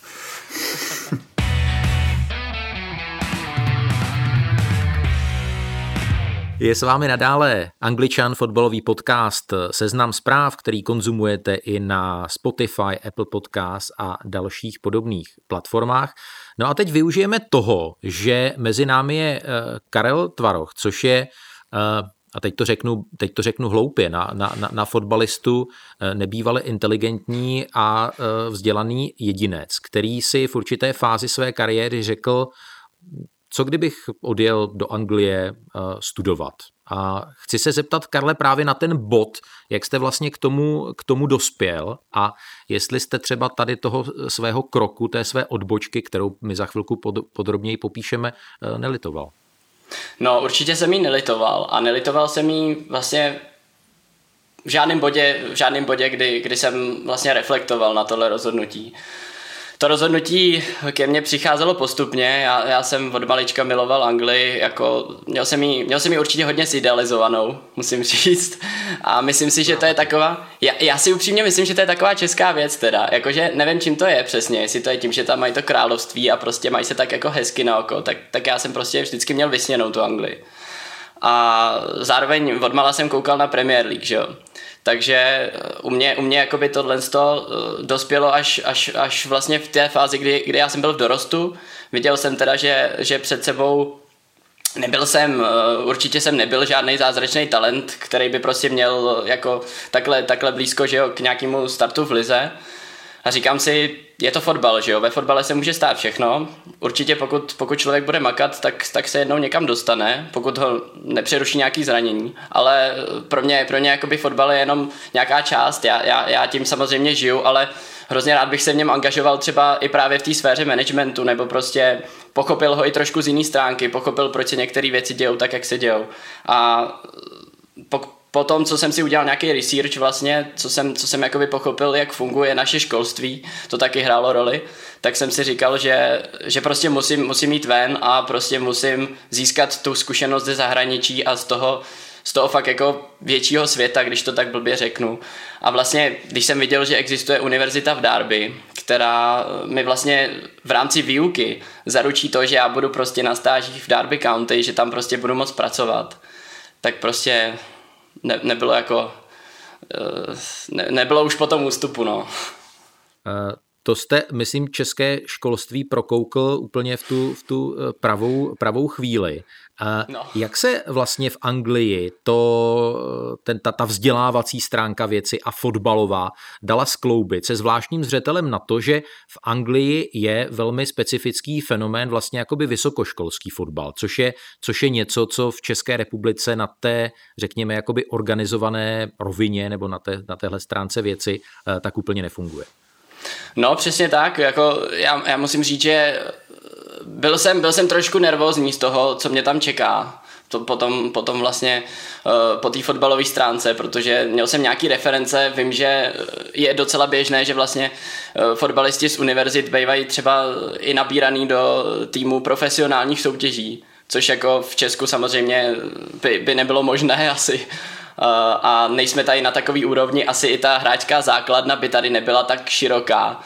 Je s vámi nadále Angličan, fotbalový podcast Seznam zpráv, který konzumujete i na Spotify, Apple Podcast a dalších podobných platformách. No a teď využijeme toho, že mezi námi je Karel Tvaroch, což je... A teď to řeknu, teď to řeknu hloupě, na, na, na fotbalistu nebývale inteligentní a vzdělaný jedinec, který si v určité fázi své kariéry řekl, co kdybych odjel do Anglie studovat. A chci se zeptat, Karle, právě na ten bod, jak jste vlastně k tomu, k tomu dospěl a jestli jste třeba tady toho svého kroku, té své odbočky, kterou my za chvilku pod, podrobněji popíšeme, nelitoval. No určitě jsem jí nelitoval a nelitoval jsem jí vlastně v žádném bodě, v žádném bodě kdy, kdy jsem vlastně reflektoval na tohle rozhodnutí. To rozhodnutí ke mně přicházelo postupně, já, já jsem od malička miloval Anglii, jako měl jsem ji, měl jsem ji určitě hodně zidealizovanou, musím říct, a myslím si, že to je taková, já, já si upřímně myslím, že to je taková česká věc teda, jakože nevím, čím to je přesně, jestli to je tím, že tam mají to království a prostě mají se tak jako hezky na oko, tak, tak já jsem prostě vždycky měl vysněnou tu Anglii. A zároveň odmala jsem koukal na Premier League, že jo. Takže u mě, u mě jakoby tohle dospělo až, až, až vlastně v té fázi, kdy, kdy já jsem byl v dorostu. Viděl jsem teda, že, že před sebou nebyl jsem, určitě jsem nebyl žádný zázračný talent, který by prostě měl jako takhle, takhle blízko, že jo, k nějakému startu v lize. A říkám si, je to fotbal, že jo, ve fotbale se může stát všechno. Určitě pokud, pokud člověk bude makat, tak, tak se jednou někam dostane, pokud ho nepřeruší nějaký zranění. Ale pro mě, pro mě jakoby fotbal je jenom nějaká část, já, já, já tím samozřejmě žiju, ale hrozně rád bych se v něm angažoval třeba i právě v té sféře managementu, nebo prostě pochopil ho i trošku z jiné stránky, pochopil, proč se některé věci dějou tak, jak se dějou. A pokud po tom, co jsem si udělal nějaký research vlastně, co jsem, co jsem jakoby pochopil, jak funguje naše školství, to taky hrálo roli, tak jsem si říkal, že, že prostě musím, musím jít ven a prostě musím získat tu zkušenost ze zahraničí a z toho, z toho fakt jako většího světa, když to tak blbě řeknu. A vlastně, když jsem viděl, že existuje univerzita v Derby, která mi vlastně v rámci výuky zaručí to, že já budu prostě na stážích v Derby County, že tam prostě budu moc pracovat, tak prostě Ne, nebylo jako ne, nebylo už po tom ústupu, no. To jste, myslím, české školství prokoukl úplně v tu, v tu pravou, pravou chvíli. No. Jak se vlastně v Anglii to, ten, ta, ta vzdělávací stránka věci a fotbalová dala skloubit se zvláštním zřetelem na to, že v Anglii je velmi specifický fenomén vlastně jakoby vysokoškolský fotbal, což je, což je něco, co v České republice na té, řekněme, jakoby organizované rovině nebo na, té, na téhle stránce věci tak úplně nefunguje. No přesně tak, jako já, já musím říct, že byl jsem, byl jsem trošku nervózní z toho, co mě tam čeká, to potom, potom vlastně uh, po té fotbalové stránce, protože měl jsem nějaký reference, vím, že je docela běžné, že vlastně uh, fotbalisti z univerzit bývají třeba i nabíraný do týmu profesionálních soutěží, což jako v Česku samozřejmě by, by nebylo možné asi. A nejsme tady na takový úrovni, asi i ta hráčská základna by tady nebyla tak široká.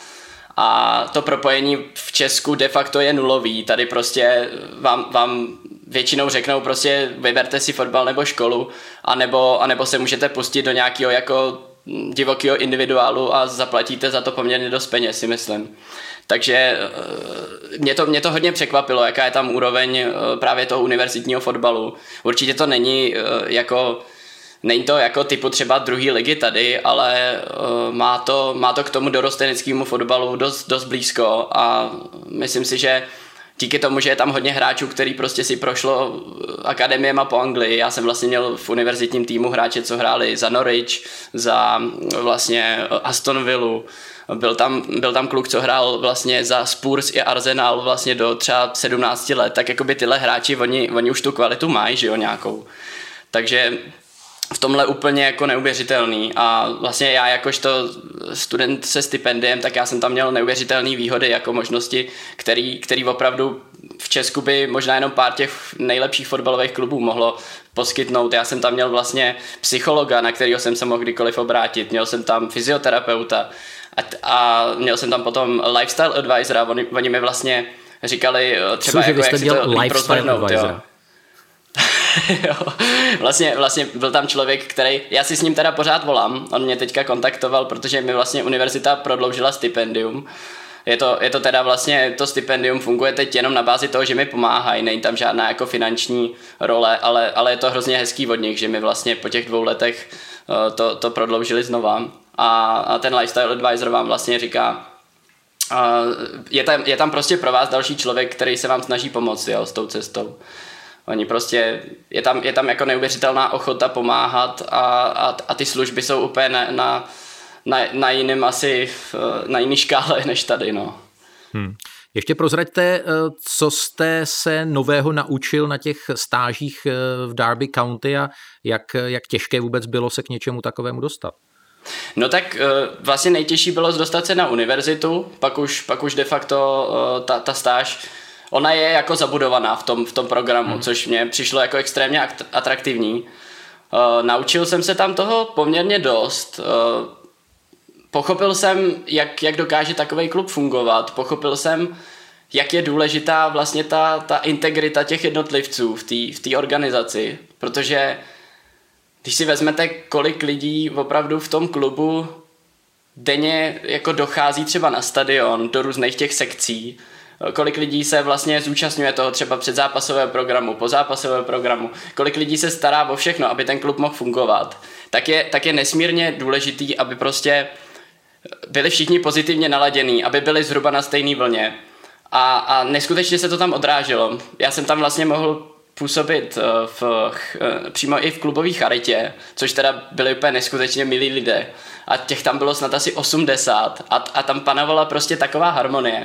A to propojení v Česku de facto je nulový. Tady prostě vám, vám většinou řeknou prostě vyberte si fotbal nebo školu, anebo, anebo se můžete pustit do nějakého jako divokého individuálu a zaplatíte za to poměrně dost peněz, si myslím. Takže mě to, mě to hodně překvapilo, jaká je tam úroveň právě toho univerzitního fotbalu. Určitě to není jako Není to jako typu třeba druhé ligy tady, ale uh, má, to, má to k tomu dorosteneckému fotbalu dost, dost blízko a myslím si, že díky tomu, že je tam hodně hráčů, který prostě si prošlo akademiema po Anglii. Já jsem vlastně měl v univerzitním týmu hráče, co hráli za Norwich, za vlastně Aston Villa. Byl tam, byl tam kluk, co hrál vlastně za Spurs i Arsenal vlastně do třeba sedmnácti let, tak jakoby tyhle hráči, oni, oni už tu kvalitu mají, že jo, nějakou. Takže v tomhle úplně jako neuvěřitelný a vlastně já jakožto student se stipendiem, tak já jsem tam měl neuvěřitelné výhody jako možnosti, který, který opravdu v Česku by možná jenom pár těch nejlepších fotbalových klubů mohlo poskytnout. Já jsem tam měl vlastně psychologa, na kterého jsem se mohl kdykoliv obrátit, měl jsem tam fyzioterapeuta a, a měl jsem tam potom lifestyle advisora, oni, oni mi vlastně říkali třeba Cože, jako, jak si to líp rozvrhnout, jo. Jo, vlastně, vlastně byl tam člověk, který, já si s ním teda pořád volám, on mě teďka kontaktoval, protože mi vlastně univerzita prodloužila stipendium. Je to, je to teda vlastně, to stipendium funguje teď jenom na bázi toho, že mi pomáhají, není tam žádná jako finanční role, ale, ale je to hrozně hezký od nich, že mi vlastně po těch dvou letech uh, to, to prodloužili znova. A, a ten lifestyle advisor vám vlastně říká, uh, je, tam, je tam prostě pro vás další člověk, který se vám snaží pomoct, jo, s tou cestou. Oni prostě, je tam, je tam jako neuvěřitelná ochota pomáhat a, a, a ty služby jsou úplně na, na, na, na jiném asi, na jiný škále než tady, no. Hmm. Ještě prozraďte, co jste se nového naučil na těch stážích v Derby County a jak, jak těžké vůbec bylo se k něčemu takovému dostat? No tak vlastně nejtěžší bylo dostat se na univerzitu, pak už, pak už de facto ta, ta stáž, ona je jako zabudovaná v tom, v tom programu, hmm. což mě přišlo jako extrémně atraktivní. Naučil jsem se tam toho poměrně dost. Pochopil jsem, jak, jak dokáže takovej klub fungovat, pochopil jsem, jak je důležitá vlastně ta, ta integrita těch jednotlivců v té v té organizaci, protože když si vezmete, kolik lidí opravdu v tom klubu denně jako dochází třeba na stadion, do různých těch sekcí, kolik lidí se vlastně zúčastňuje toho třeba předzápasového programu, pozápasového programu, kolik lidí se stará o všechno, aby ten klub mohl fungovat, tak je, tak je nesmírně důležitý, aby prostě byli všichni pozitivně naladění, aby byli zhruba na stejné vlně. A, a neskutečně se to tam odráželo. Já jsem tam vlastně mohl působit v, přímo i v klubové charitě, což teda byli úplně neskutečně milí lidé. A těch tam bylo snad asi osmdesát a, a tam panovala prostě taková harmonie.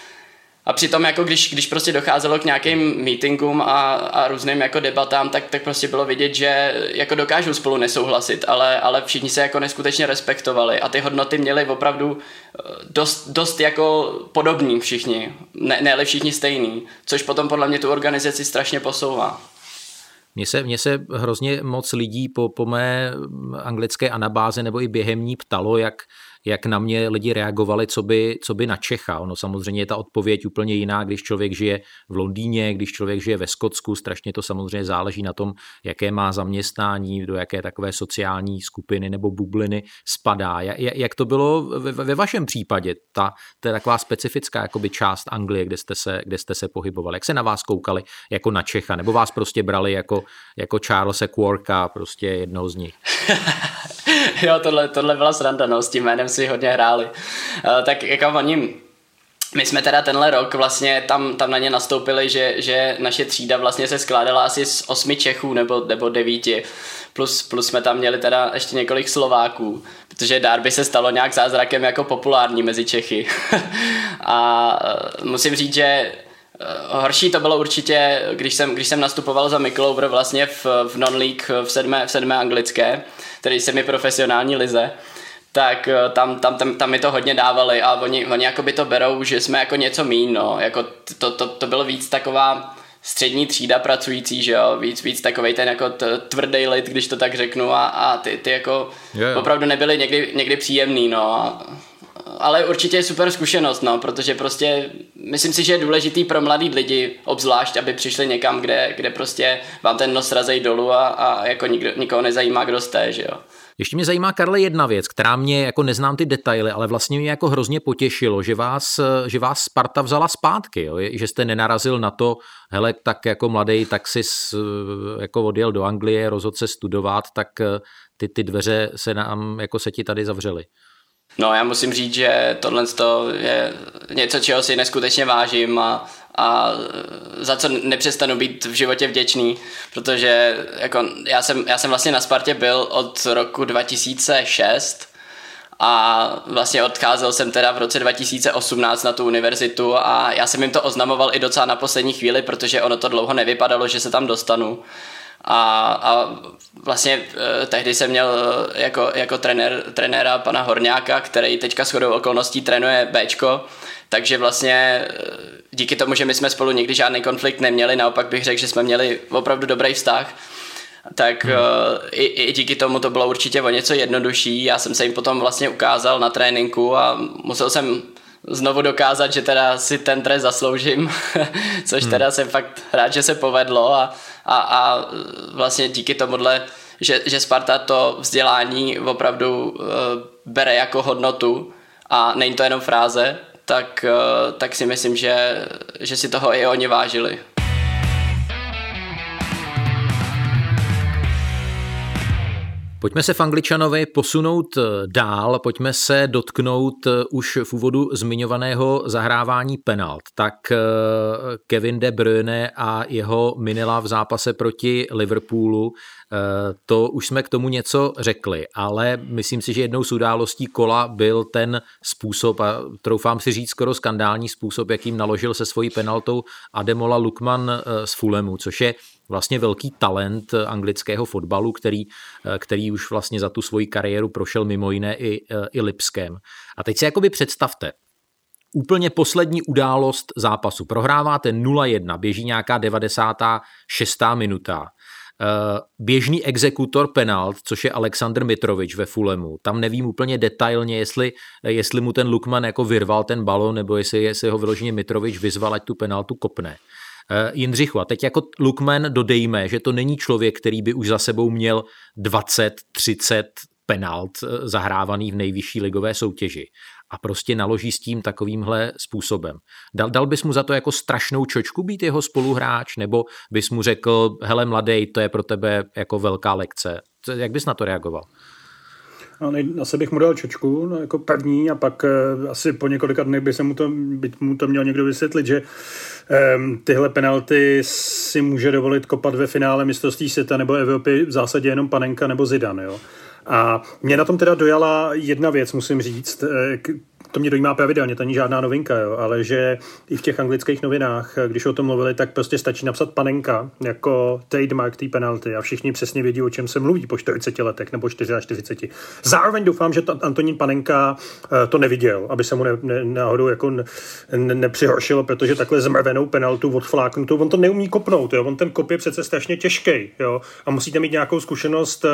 A přitom jako když, když prostě docházelo k nějakým meetingům a, a různým jako debatám, tak, tak prostě bylo vidět, že jako dokážou spolu nesouhlasit, ale, ale všichni se jako neskutečně respektovali a ty hodnoty měly opravdu dost, dost jako podobný všichni, ne, ne všichni stejný, což potom podle mě tu organizaci strašně posouvá. Mně se, mně se hrozně moc lidí po, po mé anglické anabáze nebo i během ní ptalo, jak jak na mě lidi reagovali, co by, co by na Čecha. Ono samozřejmě je ta odpověď úplně jiná, když člověk žije v Londýně, když člověk žije ve Skotsku, strašně to samozřejmě záleží na tom, jaké má zaměstnání, do jaké takové sociální skupiny nebo bubliny spadá. Jak to bylo ve, ve vašem případě, ta, ta je taková specifická jakoby část Anglie, kde jste, se, kde jste se pohybovali? Jak se na vás koukali jako na Čecha? Nebo vás prostě brali jako, jako Charlese Quarka, prostě jednoho z nich? Jo, tohle, tohle byla sranda, no, s tím jménem si hodně hráli. Uh, tak jako oni, my jsme teda tenhle rok vlastně tam, tam na ně nastoupili, že, že naše třída vlastně se skládala asi z osmi Čechů nebo, nebo devíti, plus, plus jsme tam měli teda ještě několik Slováků, protože Derby se stalo nějak zázrakem jako populární mezi Čechy. A uh, musím říct, že horší to bylo určitě, když jsem, když jsem nastupoval za Mickle vlastně v, v non-league v sedmé, v sedmé anglické, tedy semiprofesionální lize, tak tam, tam, tam, tam mi to hodně dávali a oni, oni jakoby to berou, že jsme jako něco míň, no, jako to, to, to bylo víc taková střední třída pracující, že jo, víc, víc takovej ten jako tvrdý lid, když to tak řeknu a, a ty, ty jako yeah. opravdu nebyly někdy, někdy příjemný, no, ale určitě je super zkušenost, no, protože prostě myslím si, že je důležitý pro mladý lidi obzvlášť, aby přišli někam, kde, kde prostě vám ten nos razej dolů a, a jako nikdo, nikoho nezajímá, kdo jste, že jo. Ještě mě zajímá, Karle, jedna věc, která mě, jako neznám ty detaily, ale vlastně mě jako hrozně potěšilo, že vás, že vás Sparta vzala zpátky, jo? Že jste nenarazil na to, hele, tak jako mladý, tak si jako odjel do Anglie, rozhodl se studovat, tak ty, ty dveře se nám, jako se ti tady zavřely. No, já musím říct, že tohle je něco, čeho si neskutečně vážím a, a za co nepřestanu být v životě vděčný, protože jako já, jsem, já jsem vlastně na Spartě byl od roku dva tisíce šest a vlastně odcházel jsem teda v roce dva tisíce osmnáct na tu univerzitu a já jsem jim to oznamoval i docela na poslední chvíli, protože ono to dlouho nevypadalo, že se tam dostanu. A, a vlastně eh, tehdy jsem měl jako, jako trenér, trenéra pana Horňáka, který teďka shodou okolností trénuje Bčko, takže vlastně eh, díky tomu, že my jsme spolu nikdy žádný konflikt neměli, naopak bych řekl, že jsme měli opravdu dobrý vztah, tak hmm. eh, i, i díky tomu to bylo určitě o něco jednodušší. Já jsem se jim potom vlastně ukázal na tréninku a musel jsem znovu dokázat, že teda si ten trest zasloužím, což hmm. teda jsem fakt rád, že se povedlo a, a, a vlastně díky tomuhle, že, že Sparta to vzdělání opravdu uh, bere jako hodnotu a není to jenom fráze, tak, uh, tak si myslím, že, že si toho i oni vážili. Pojďme se v Angličanovi posunout dál, pojďme se dotknout už v úvodu zmiňovaného zahrávání penalt. Tak Kevin De Bruyne a jeho minela v zápase proti Liverpoolu, to už jsme k tomu něco řekli, ale myslím si, že jednou z událostí kola byl ten způsob, a troufám si říct skoro skandální způsob, jakým naložil se svojí penaltou Ademola Lookman z Fulhamu, což je vlastně velký talent anglického fotbalu, který, který už vlastně za tu svoji kariéru prošel mimo jiné i, i Lipskem. A teď si jakoby představte, úplně poslední událost zápasu. Prohráváte nula jedna, běží nějaká devadesátá šestá minuta. Běžný exekutor penalt, což je Aleksandr Mitrovič ve Fulhamu. Tam nevím úplně detailně, jestli, jestli mu ten Lookman jako vyrval ten balon, nebo jestli, jestli ho vyloženě Mitrovič vyzval, ať tu penaltu kopne. Jindřichu, a teď jako Lookman dodejme, že to není člověk, který by už za sebou měl dvacet třicet penalt zahrávaných v nejvyšší ligové soutěži. A prostě naloží s tím takovýmhle způsobem. Dal, dal bys mu za to jako strašnou čočku být jeho spoluhráč, nebo bys mu řekl, hele mladej, to je pro tebe jako velká lekce. Jak bys na to reagoval? No, nej, asi bych mu dal čočku, no, jako první, a pak eh, asi po několika dnech by se mu to, by mu to měl někdo vysvětlit, že eh, tyhle penalty si může dovolit kopat ve finále mistrovství světa nebo Evropy v zásadě jenom Panenka nebo Zidane, jo. A mě na tom teda dojala jedna věc, musím říct, to mě dojímá pravidelně, to není žádná novinka, jo, ale že i v těch anglických novinách, když o tom mluvili, tak prostě stačí napsat Panenka jako trademark té penalty a všichni přesně vědí, o čem se mluví po čtyřiceti letech nebo čtyřiceti čtyři. Zároveň doufám, že Antonín Panenka to neviděl, aby se mu ne, ne, náhodou jako ne, ne, nepřihoršilo, protože takhle zmrvenou penaltu odfláknutou, on to neumí kopnout, jo, on ten kop je přece strašně těžký, jo, a musíte mít nějakou zkušenost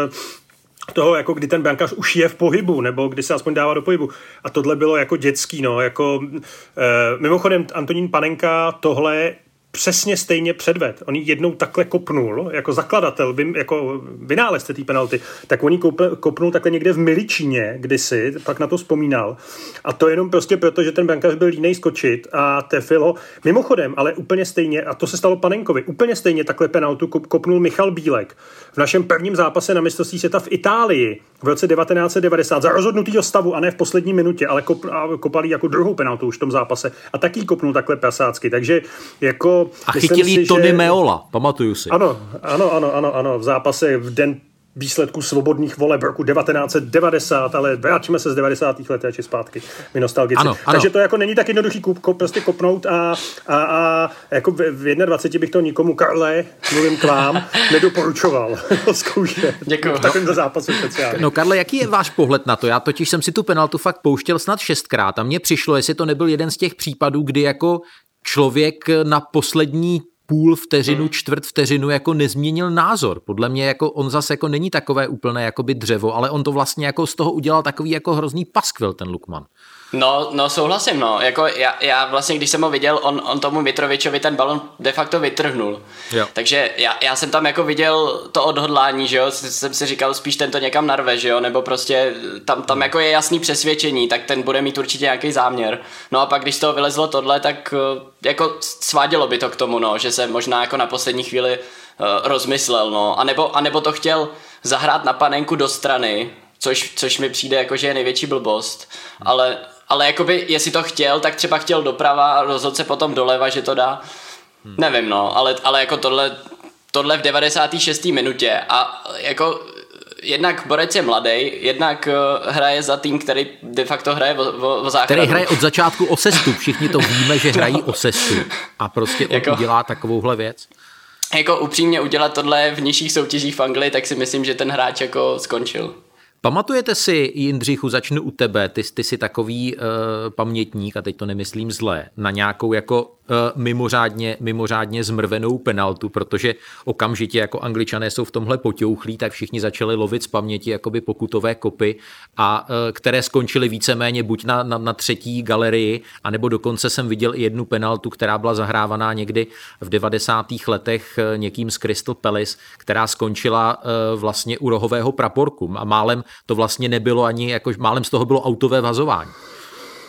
toho, jako kdy ten brankář už je v pohybu, nebo kdy se aspoň dává do pohybu. A tohle bylo jako dětský, no, jako e, mimochodem Antonín Panenka tohle přesně stejně předved. On ji jednou takhle kopnul, jako zakladatel, vy, jako vynálezce té penalty, tak on ji kopnul takhle někde v Miličíně kdysi, pak na to vzpomínal. A to jenom prostě proto, že ten brankář byl línej skočit a trefil ho. Mimochodem, ale úplně stejně, a to se stalo Panenkovi, úplně stejně takhle penaltu kopnul Michal Bílek v našem prvním zápase na mistrovství světa v Itálii v roce devatenáct set devadesát za rozhodnutýho stavu a ne v poslední minutě, ale kop, kopal jako druhou penaltu už v tom zápase a taky kopnul takhle prasácky. Takže jako a chytili Tony že... Meola, pamatuju si. Ano, ano, ano, ano, ano, v zápase v den výsledku svobodných voleb roku devatenáct set devadesát, ale vrátíme se z devadesátých let či zpátky, my nostalgici. Ano, ano. Takže to jako není tak jednoduchý kup, kop, prostě kopnout a, a, a jako v dvaceti jedné bych to nikomu, Karle, mluvím k vám, nedoporučoval zkoušet. Děkuju. V takovémto zápasu speciálně. No Karle, jaký je váš pohled na to? Já totiž jsem si tu penaltu fakt pouštěl snad šestkrát a mně přišlo, jestli to nebyl jeden z těch případů, kdy jako člověk na poslední půl vteřinu, čtvrt vteřinu jako nezměnil názor. Podle mě jako on zase jako není takové úplné jakoby dřevo, ale on to vlastně jako z toho udělal takový jako hrozný paskvil ten Lookman. No, no souhlasím, no. Jako já, já vlastně, když jsem ho viděl, on, on tomu Mitrovičovi ten balon de facto vytrhnul. Jo. Takže já, já jsem tam jako viděl to odhodlání, že jo, jsem si říkal spíš ten to někam narve, že jo, nebo prostě tam, tam jako je jasný přesvědčení, tak ten bude mít určitě nějaký záměr. No a pak, když z toho vylezlo tohle, tak jako svádělo by to k tomu, no, že se možná jako na poslední chvíli uh, rozmyslel, no. A nebo, a nebo to chtěl zahrát na Panenku do strany, což, což mi přijde jako, že je největší blbost, ale Ale jakoby, jestli to chtěl, tak třeba chtěl doprava a rozhodl se potom doleva, že to dá. Hmm. Nevím, no, ale, ale jako tohle, tohle v devadesáté šesté minutě a jako jednak Borec je mladej, jednak uh, hraje za tým, který de facto hraje o, o, o záchranu. Který hraje od začátku o sestup, všichni to víme, že hrají o sestup a prostě on jako, udělá takovouhle věc. Jako upřímně udělat tohle v nižších soutěžích v Anglii, tak si myslím, že ten hráč jako skončil. Pamatujete si, Jindřichu, začnu u tebe, ty, ty jsi takový uh, pamětník, a teď to nemyslím zlé, na nějakou jako uh, mimořádně, mimořádně zmrvenou penaltu, protože okamžitě jako Angličané jsou v tomhle poťouchlí, tak všichni začali lovit z paměti jakoby pokutové kopy, a uh, které skončily víceméně buď na, na, na třetí galerii, anebo dokonce jsem viděl i jednu penaltu, která byla zahrávaná někdy v devadesátých letech uh, někým z Crystal Palace, která skončila uh, vlastně u rohového praporku a málem to vlastně nebylo ani, jako málem z toho bylo autové vazování.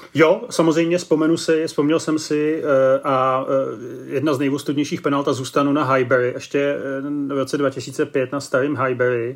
Jo, samozřejmě vzpomenu si, vzpomněl jsem si a jedna z nejvostudnějších penalt a zůstanu na Highbury. Ještě v roce dva tisíce pět na starém Highbury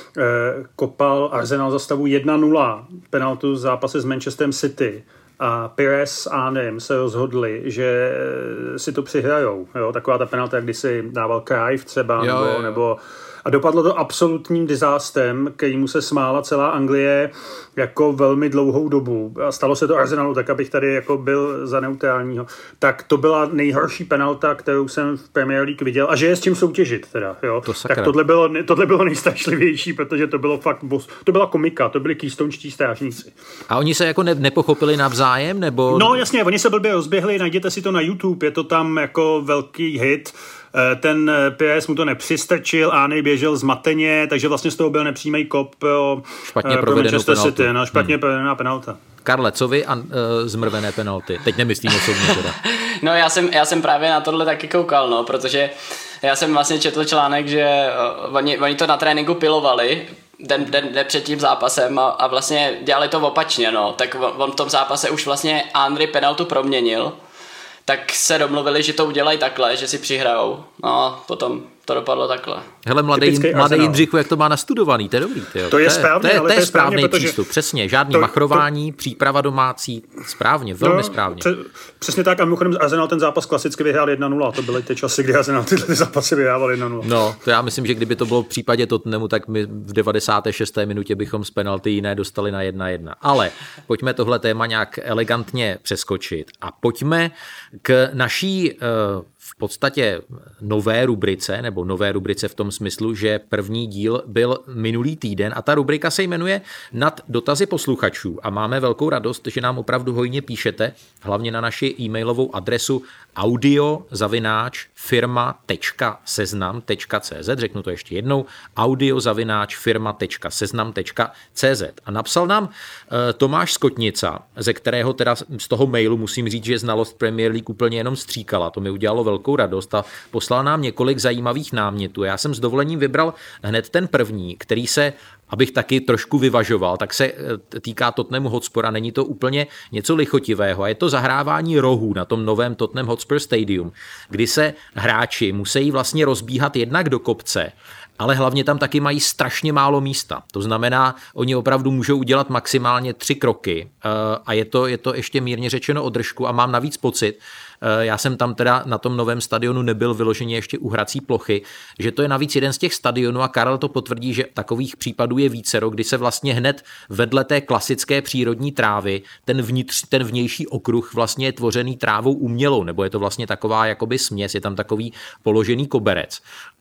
kopal Arsenal za stavu jedna nula penaltu v zápase s Manchesterem City. A Pires s Anem se rozhodli, že si to přihrajou. Jo? Taková ta penalta, kdy si dával Cruyff třeba, jo, nebo, jo. nebo a dopadlo to absolutním disastrem, kterýmu se smála celá Anglie jako velmi dlouhou dobu. A stalo se to Arsenalu, tak abych tady jako byl za neutrálního. Tak to byla nejhorší penalta, kterou jsem v Premier League viděl. A že je s čím soutěžit teda. Jo? To tak tohle bylo, tohle bylo nejstrašlivější, protože to bylo fakt, to byla komika, to byli keystonečtí strážníci. A oni se jako ne, nepochopili navzájem? Nebo... No jasně, oni se blbě rozběhli, najděte si to na YouTube, je to tam jako velký hit. Ten Pires mu to nepřistrčil, Ány běžel zmateně, takže vlastně z toho byl nepřímý kop pro, špatně pro Manchester City, no, špatně hmm. provedená penalta. Karle, co vy a uh, zmrvené penalty? Teď nemyslím osobně teda. No já jsem, já jsem právě na tohle taky koukal, no, protože já jsem vlastně četl článek, že uh, oni, oni to na tréninku pilovali den, den, den před tím zápasem a, a vlastně dělali to opačně, no, tak on, on v tom zápase už vlastně Henry penaltu proměnil, tak se domluvili, že to udělají takhle, že si přihrajou. No, potom to dopadlo takhle. Hele, mladý, mladý Jindřichu, jak to má nastudovaný, to je dobrý. Tyjo. To je správně, to je, ale to je, to je správný správně, přístup, přesně. Žádný to, machrování, to, příprava domácí, správně, velmi no, správně. Pře, přesně tak a mimochodem Arsenal ten zápas klasicky vyhrál jedna nula. To byly ty časy, kdy Arsenal tyhle ty zápasy vyhrával jedna nula. No, to já myslím, že kdyby to bylo v případě Tottenhamu, tak my v devadesáté šesté minutě bychom z penalty jiné dostali na jedna jedna. Ale pojďme tohle téma nějak elegantně přeskočit a pojďme k naší uh, v podstatě nové rubrice, nebo nové rubrice v tom smyslu, že první díl byl minulý týden a ta rubrika se jmenuje Nad dotazy posluchačů a máme velkou radost, že nám opravdu hojně píšete, hlavně na naši e-mailovou adresu audio zavináč firma tečka seznam tečka cé zet, řeknu to ještě jednou, audio zavináč firma tečka seznam tečka cé zet. A napsal nám uh, Tomáš Skotnica, ze kterého teda z toho mailu musím říct, že znalost Premier League úplně jenom stříkala, to mi udělalo velkou radost a poslal nám několik zajímavých námětů. Já jsem s dovolením vybral hned ten první, který se, abych taky trošku vyvažoval, tak se týká Tottenhamu Hotspur a není to úplně něco lichotivého a je to zahrávání rohů na tom novém Tottenham Hotspur Stadium, kdy se hráči musí vlastně rozbíhat jednak do kopce, ale hlavně tam taky mají strašně málo místa. To znamená, oni opravdu můžou udělat maximálně tři kroky a je to, je to ještě mírně řečeno o držku a mám navíc pocit, já jsem tam teda na tom novém stadionu nebyl vyloženě ještě u hrací plochy, že to je navíc jeden z těch stadionů a Karel to potvrdí, že takových případů je vícero, kdy se vlastně hned vedle té klasické přírodní trávy ten, vnitř, ten vnější okruh vlastně je tvořený trávou umělou, nebo je to vlastně taková jakoby směs, je tam takový položený koberec.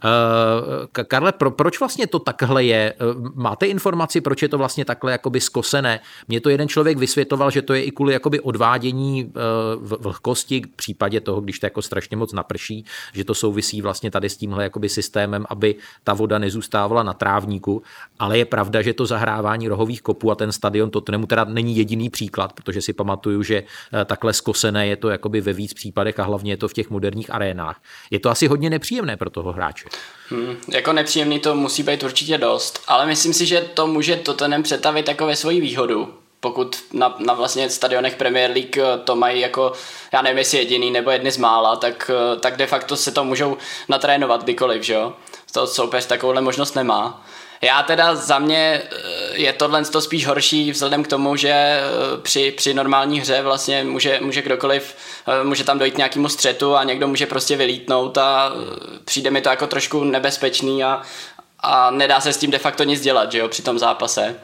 Uh, Karle, pro, proč vlastně to takhle je? Uh, máte informaci, proč je to vlastně takhle jakoby skosené? Mně to jeden člověk vysvětloval, že to je i kvůli jakoby odvádění uh, vlhkosti, v případě toho, když to jako strašně moc naprší, že to souvisí vlastně tady s tímhle jakoby systémem, aby ta voda nezůstávala na trávníku, ale je pravda, že to zahrávání rohových kopů a ten stadion Tottenhamu teda není jediný příklad, protože si pamatuju, že takhle skosené je to jakoby ve víc případech a hlavně je to v těch moderních arénách. Je to asi hodně nepříjemné pro toho hráče. Hmm, jako nepříjemný to musí být určitě dost, ale myslím si, že to může Tottenham přetavit jako ve svoji výhodu. Pokud na, na vlastně stadionech Premier League to mají jako, já nevím, jestli jediný nebo jedny z mála, tak, tak de facto se to můžou natrénovat kdykoliv, že jo? To soupeř takovouhle možnost nemá. Já teda za mě je tohle to spíš horší vzhledem k tomu, že při, při normální hře vlastně může, může kdokoliv, může tam dojít nějakému střetu a někdo může prostě vylítnout a přijde mi to jako trošku nebezpečný a, a nedá se s tím de facto nic dělat, že jo, při tom zápase.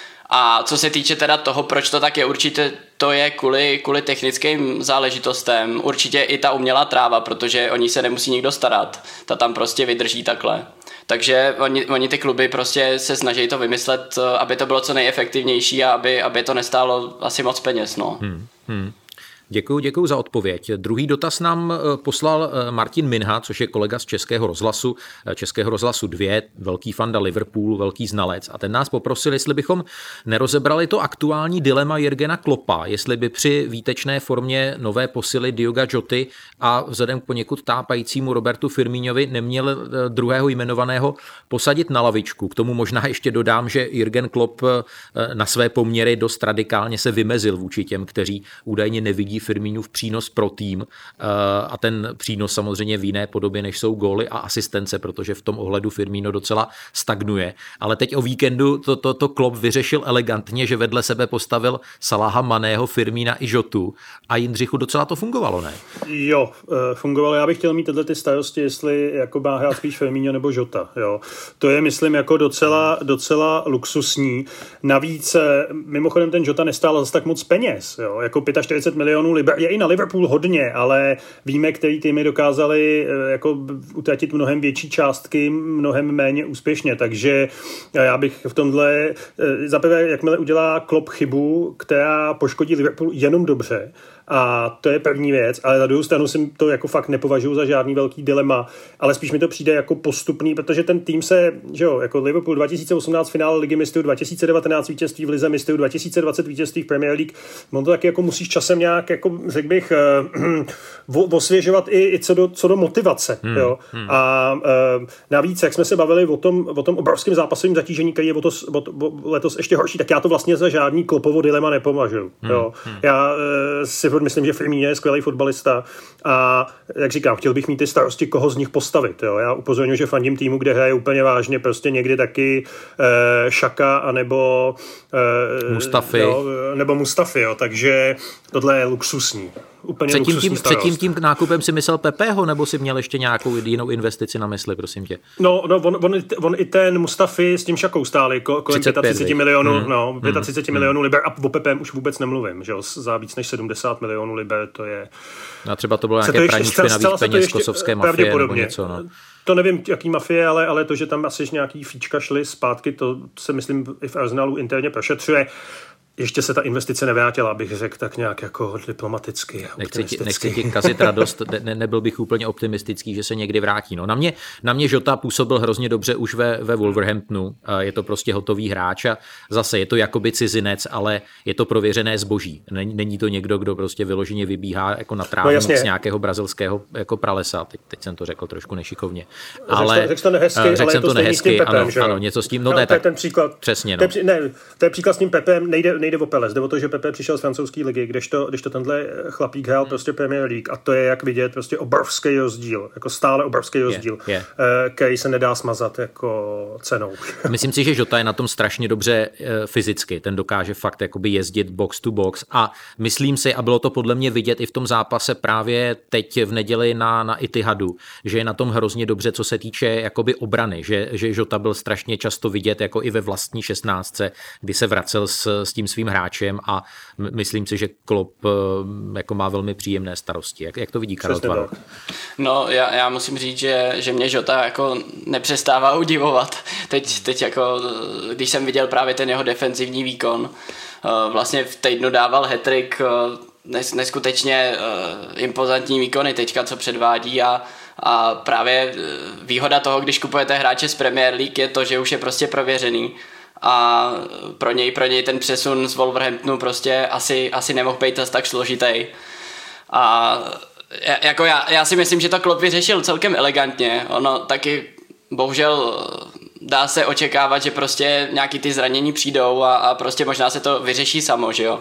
A co se týče teda toho, proč to tak je, určitě to je kvůli, kvůli technickým záležitostem, určitě i ta umělá tráva, protože o ní se nemusí nikdo starat, ta tam prostě vydrží takhle. Takže oni, oni ty kluby prostě se snaží to vymyslet, aby to bylo co nejefektivnější a aby, aby to nestálo asi moc peněz, no. Hmm, hmm. Děkuji, děkuji za odpověď. Druhý dotaz nám poslal Martin Minha, což je kolega z Českého rozhlasu, Českého rozhlasu dva, velký fanda Liverpoolu, velký znalec. A ten nás poprosil, jestli bychom nerozebrali to aktuální dilema Jürgena Kloppa, jestli by při výtečné formě nové posily Dioga Joty a vzhledem k poněkud tápajícímu Robertu Firmíňovi neměl druhého jmenovaného posadit na lavičku. K tomu možná ještě dodám, že Jürgen Klopp na své poměry dost radikálně se vymezil vůči těm, kteří údajně nevidí Firmínův přínos pro tým a ten přínos samozřejmě v jiné podobě, než jsou góly a asistence, protože v tom ohledu Firmino docela stagnuje. Ale teď o víkendu to, to, to Klopp vyřešil elegantně, že vedle sebe postavil Salaha, Maného, Firmína i Jotu a Jindřichu docela to fungovalo, ne? Jo, fungovalo. Já bych chtěl mít tyhle ty starosti, jestli jako má hrát spíš Firmino nebo Jota. Jo. To je, myslím, jako docela, docela luxusní. Navíc, mimochodem, ten Jota nestál zase tak moc peněz. Jo. Jako čtyřicet pět milionů liber, je i na Liverpool hodně, ale víme, který týmy dokázali jako utratit mnohem větší částky, mnohem méně úspěšně. Takže já bych v tomhle, zaprvé, jakmile udělá Klopp chybu, která poškodí Liverpool jenom dobře, a to je první věc, ale na druhou stranu si to jako fakt nepovažuji za žádný velký dilema, ale spíš mi to přijde jako postupný, protože ten tým se, že jo, jako Liverpool dva tisíce osmnáct finále Ligy mistrů, dva tisíce devatenáct vítězství v Lize mistrů, dva tisíce dvacet vítězství v Premier League, on to taky jako musíš časem nějak, jako řekl bych, uh, osvěžovat i, i co, do, co do motivace, hmm, jo. Hmm. A uh, navíc, jak jsme se bavili o tom, o tom obrovském zápasovém zatížení, který je o to, o, o, letos ještě horší, tak já to vlastně za žádný Kloppovo dilema nepovažuji. Hmm, jo. Hmm. Já uh, si myslím, že Firmino je skvělý fotbalista a jak říkám, chtěl bych mít ty starosti, koho z nich postavit. Jo. Já upozorňuji, že fandím týmu, kde hraje úplně vážně prostě někdy taky eh, Šaka anebo eh, Mustafi. Jo, nebo Mustafi, jo. Takže tohle je luxusní. Úplně předtím, luxusní tím, předtím tím nákupem si myslel Pepeho, nebo si měl ještě nějakou jinou investici na mysli, prosím tě? No, no on, on, on i ten Mustafi s tím Šakou stáli kolem třicet pět, třicet pět milionů, hmm. no, třicet pět hmm. milionů liber a o Pepem už vůbec nemluvím, že jo, za víc než sedmdesát milionů liber, to je... A třeba to bylo nějaké praní špinavých peněz kosovské mafie nebo něco, no. To nevím, jaký mafie, ale, ale to, že tam asi nějaký fíčka šly zpátky, to se myslím i v Arsenalu interně prošetřuje. Ještě se ta investice nevrátila, abych řekl tak nějak jako diplomaticky. Nechci ti, nechci ti kazit radost, ne, nebyl bych úplně optimistický, že se někdy vrátí. No, na mě, na mě Jota působil hrozně dobře už ve, ve Wolverhamptonu. Je to prostě hotový hráč a zase je to jakoby cizinec, ale je to prověřené zboží. Není, není to někdo, kdo prostě vyloženě vybíhá jako na trávník no, z nějakého brazilského jako pralesa. Teď, teď jsem to řekl trošku nešikovně. Ale řekl to nehezky, řekl ale jsem to, to nehezky, Pepem, ano, ano, něco s tím. No, no, ne, tak, ten příklad. Přesně, no. Ten, ne, to je příklad s tím Pepem, nejde, nejde o Peles, jde o to, že Pepe přišel z francouzské ligy, kdežto, kdežto tenhle chlapík hrál prostě Premier League a to je, jak vidět, prostě obrovský rozdíl, jako stále obrovský rozdíl, yeah, yeah. který se nedá smazat jako cenou. Myslím si, že Jota je na tom strašně dobře fyzicky, ten dokáže fakt jakoby jezdit box to box a myslím si, a bylo to podle mě vidět i v tom zápase právě teď v neděli na, na Itihadu, že je na tom hrozně dobře, co se týče jakoby obrany, že, že Jota byl strašně často vidět jako i ve vlastní šestnáctce, kdy se vracel s, s tím svým hráčem a myslím si, že Klopp jako má velmi příjemné starosti. Jak, jak to vidí Karel Tvarov? No, já, já musím říct, že, že mě Jota jako nepřestává udivovat. Teď, teď jako, když jsem viděl právě ten jeho defenzivní výkon, vlastně v týdnu dával hat-trick, neskutečně impozantní výkony teďka, co předvádí a a právě výhoda toho, když kupujete hráče z Premier League, je to, že už je prostě prověřený a pro něj, pro něj ten přesun z Wolverhamptonu prostě asi, asi nemohl být zas tak složitý. A jako já, já si myslím, že to Klopp vyřešil celkem elegantně. Ono taky bohužel dá se očekávat, že prostě nějaký ty zranění přijdou a, a prostě možná se to vyřeší samo, že jo.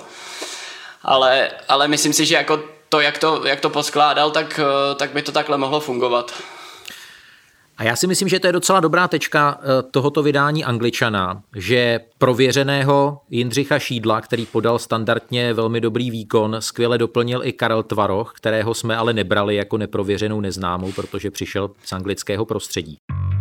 Ale, ale myslím si, že jako to, jak to, jak to poskládal, tak, tak by to takhle mohlo fungovat. A já si myslím, že to je docela dobrá tečka tohoto vydání Angličana, že prověřeného Jindřicha Šídla, který podal standardně velmi dobrý výkon, skvěle doplnil i Karel Tvaroch, kterého jsme ale nebrali jako neprověřenou neznámou, protože přišel z anglického prostředí.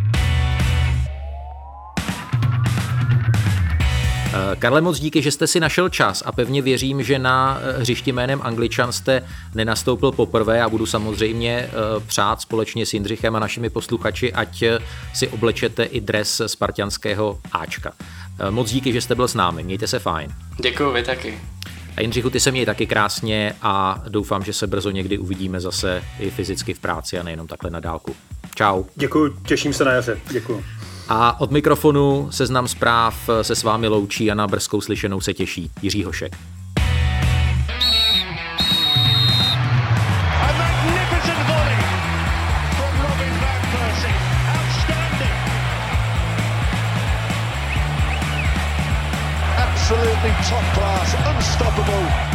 Karle, moc díky, že jste si našel čas a pevně věřím, že na hřišti jménem Angličan jste nenastoupil poprvé a budu samozřejmě přát společně s Jindřichem a našimi posluchači, ať si oblečete i dres spartanského Ačka. Moc díky, že jste byl s námi, mějte se fajn. Děkuju, vy taky. A Jindřichu, ty se měj taky krásně a doufám, že se brzo někdy uvidíme zase i fyzicky v práci a nejenom takhle na dálku. Čau. Děkuji, těším se na jaře. Děkuji. A od mikrofonu Seznam zpráv se s vámi loučí a na brzkou slyšenou se těší Jiří Hošek. Absolutely top class, unstoppable.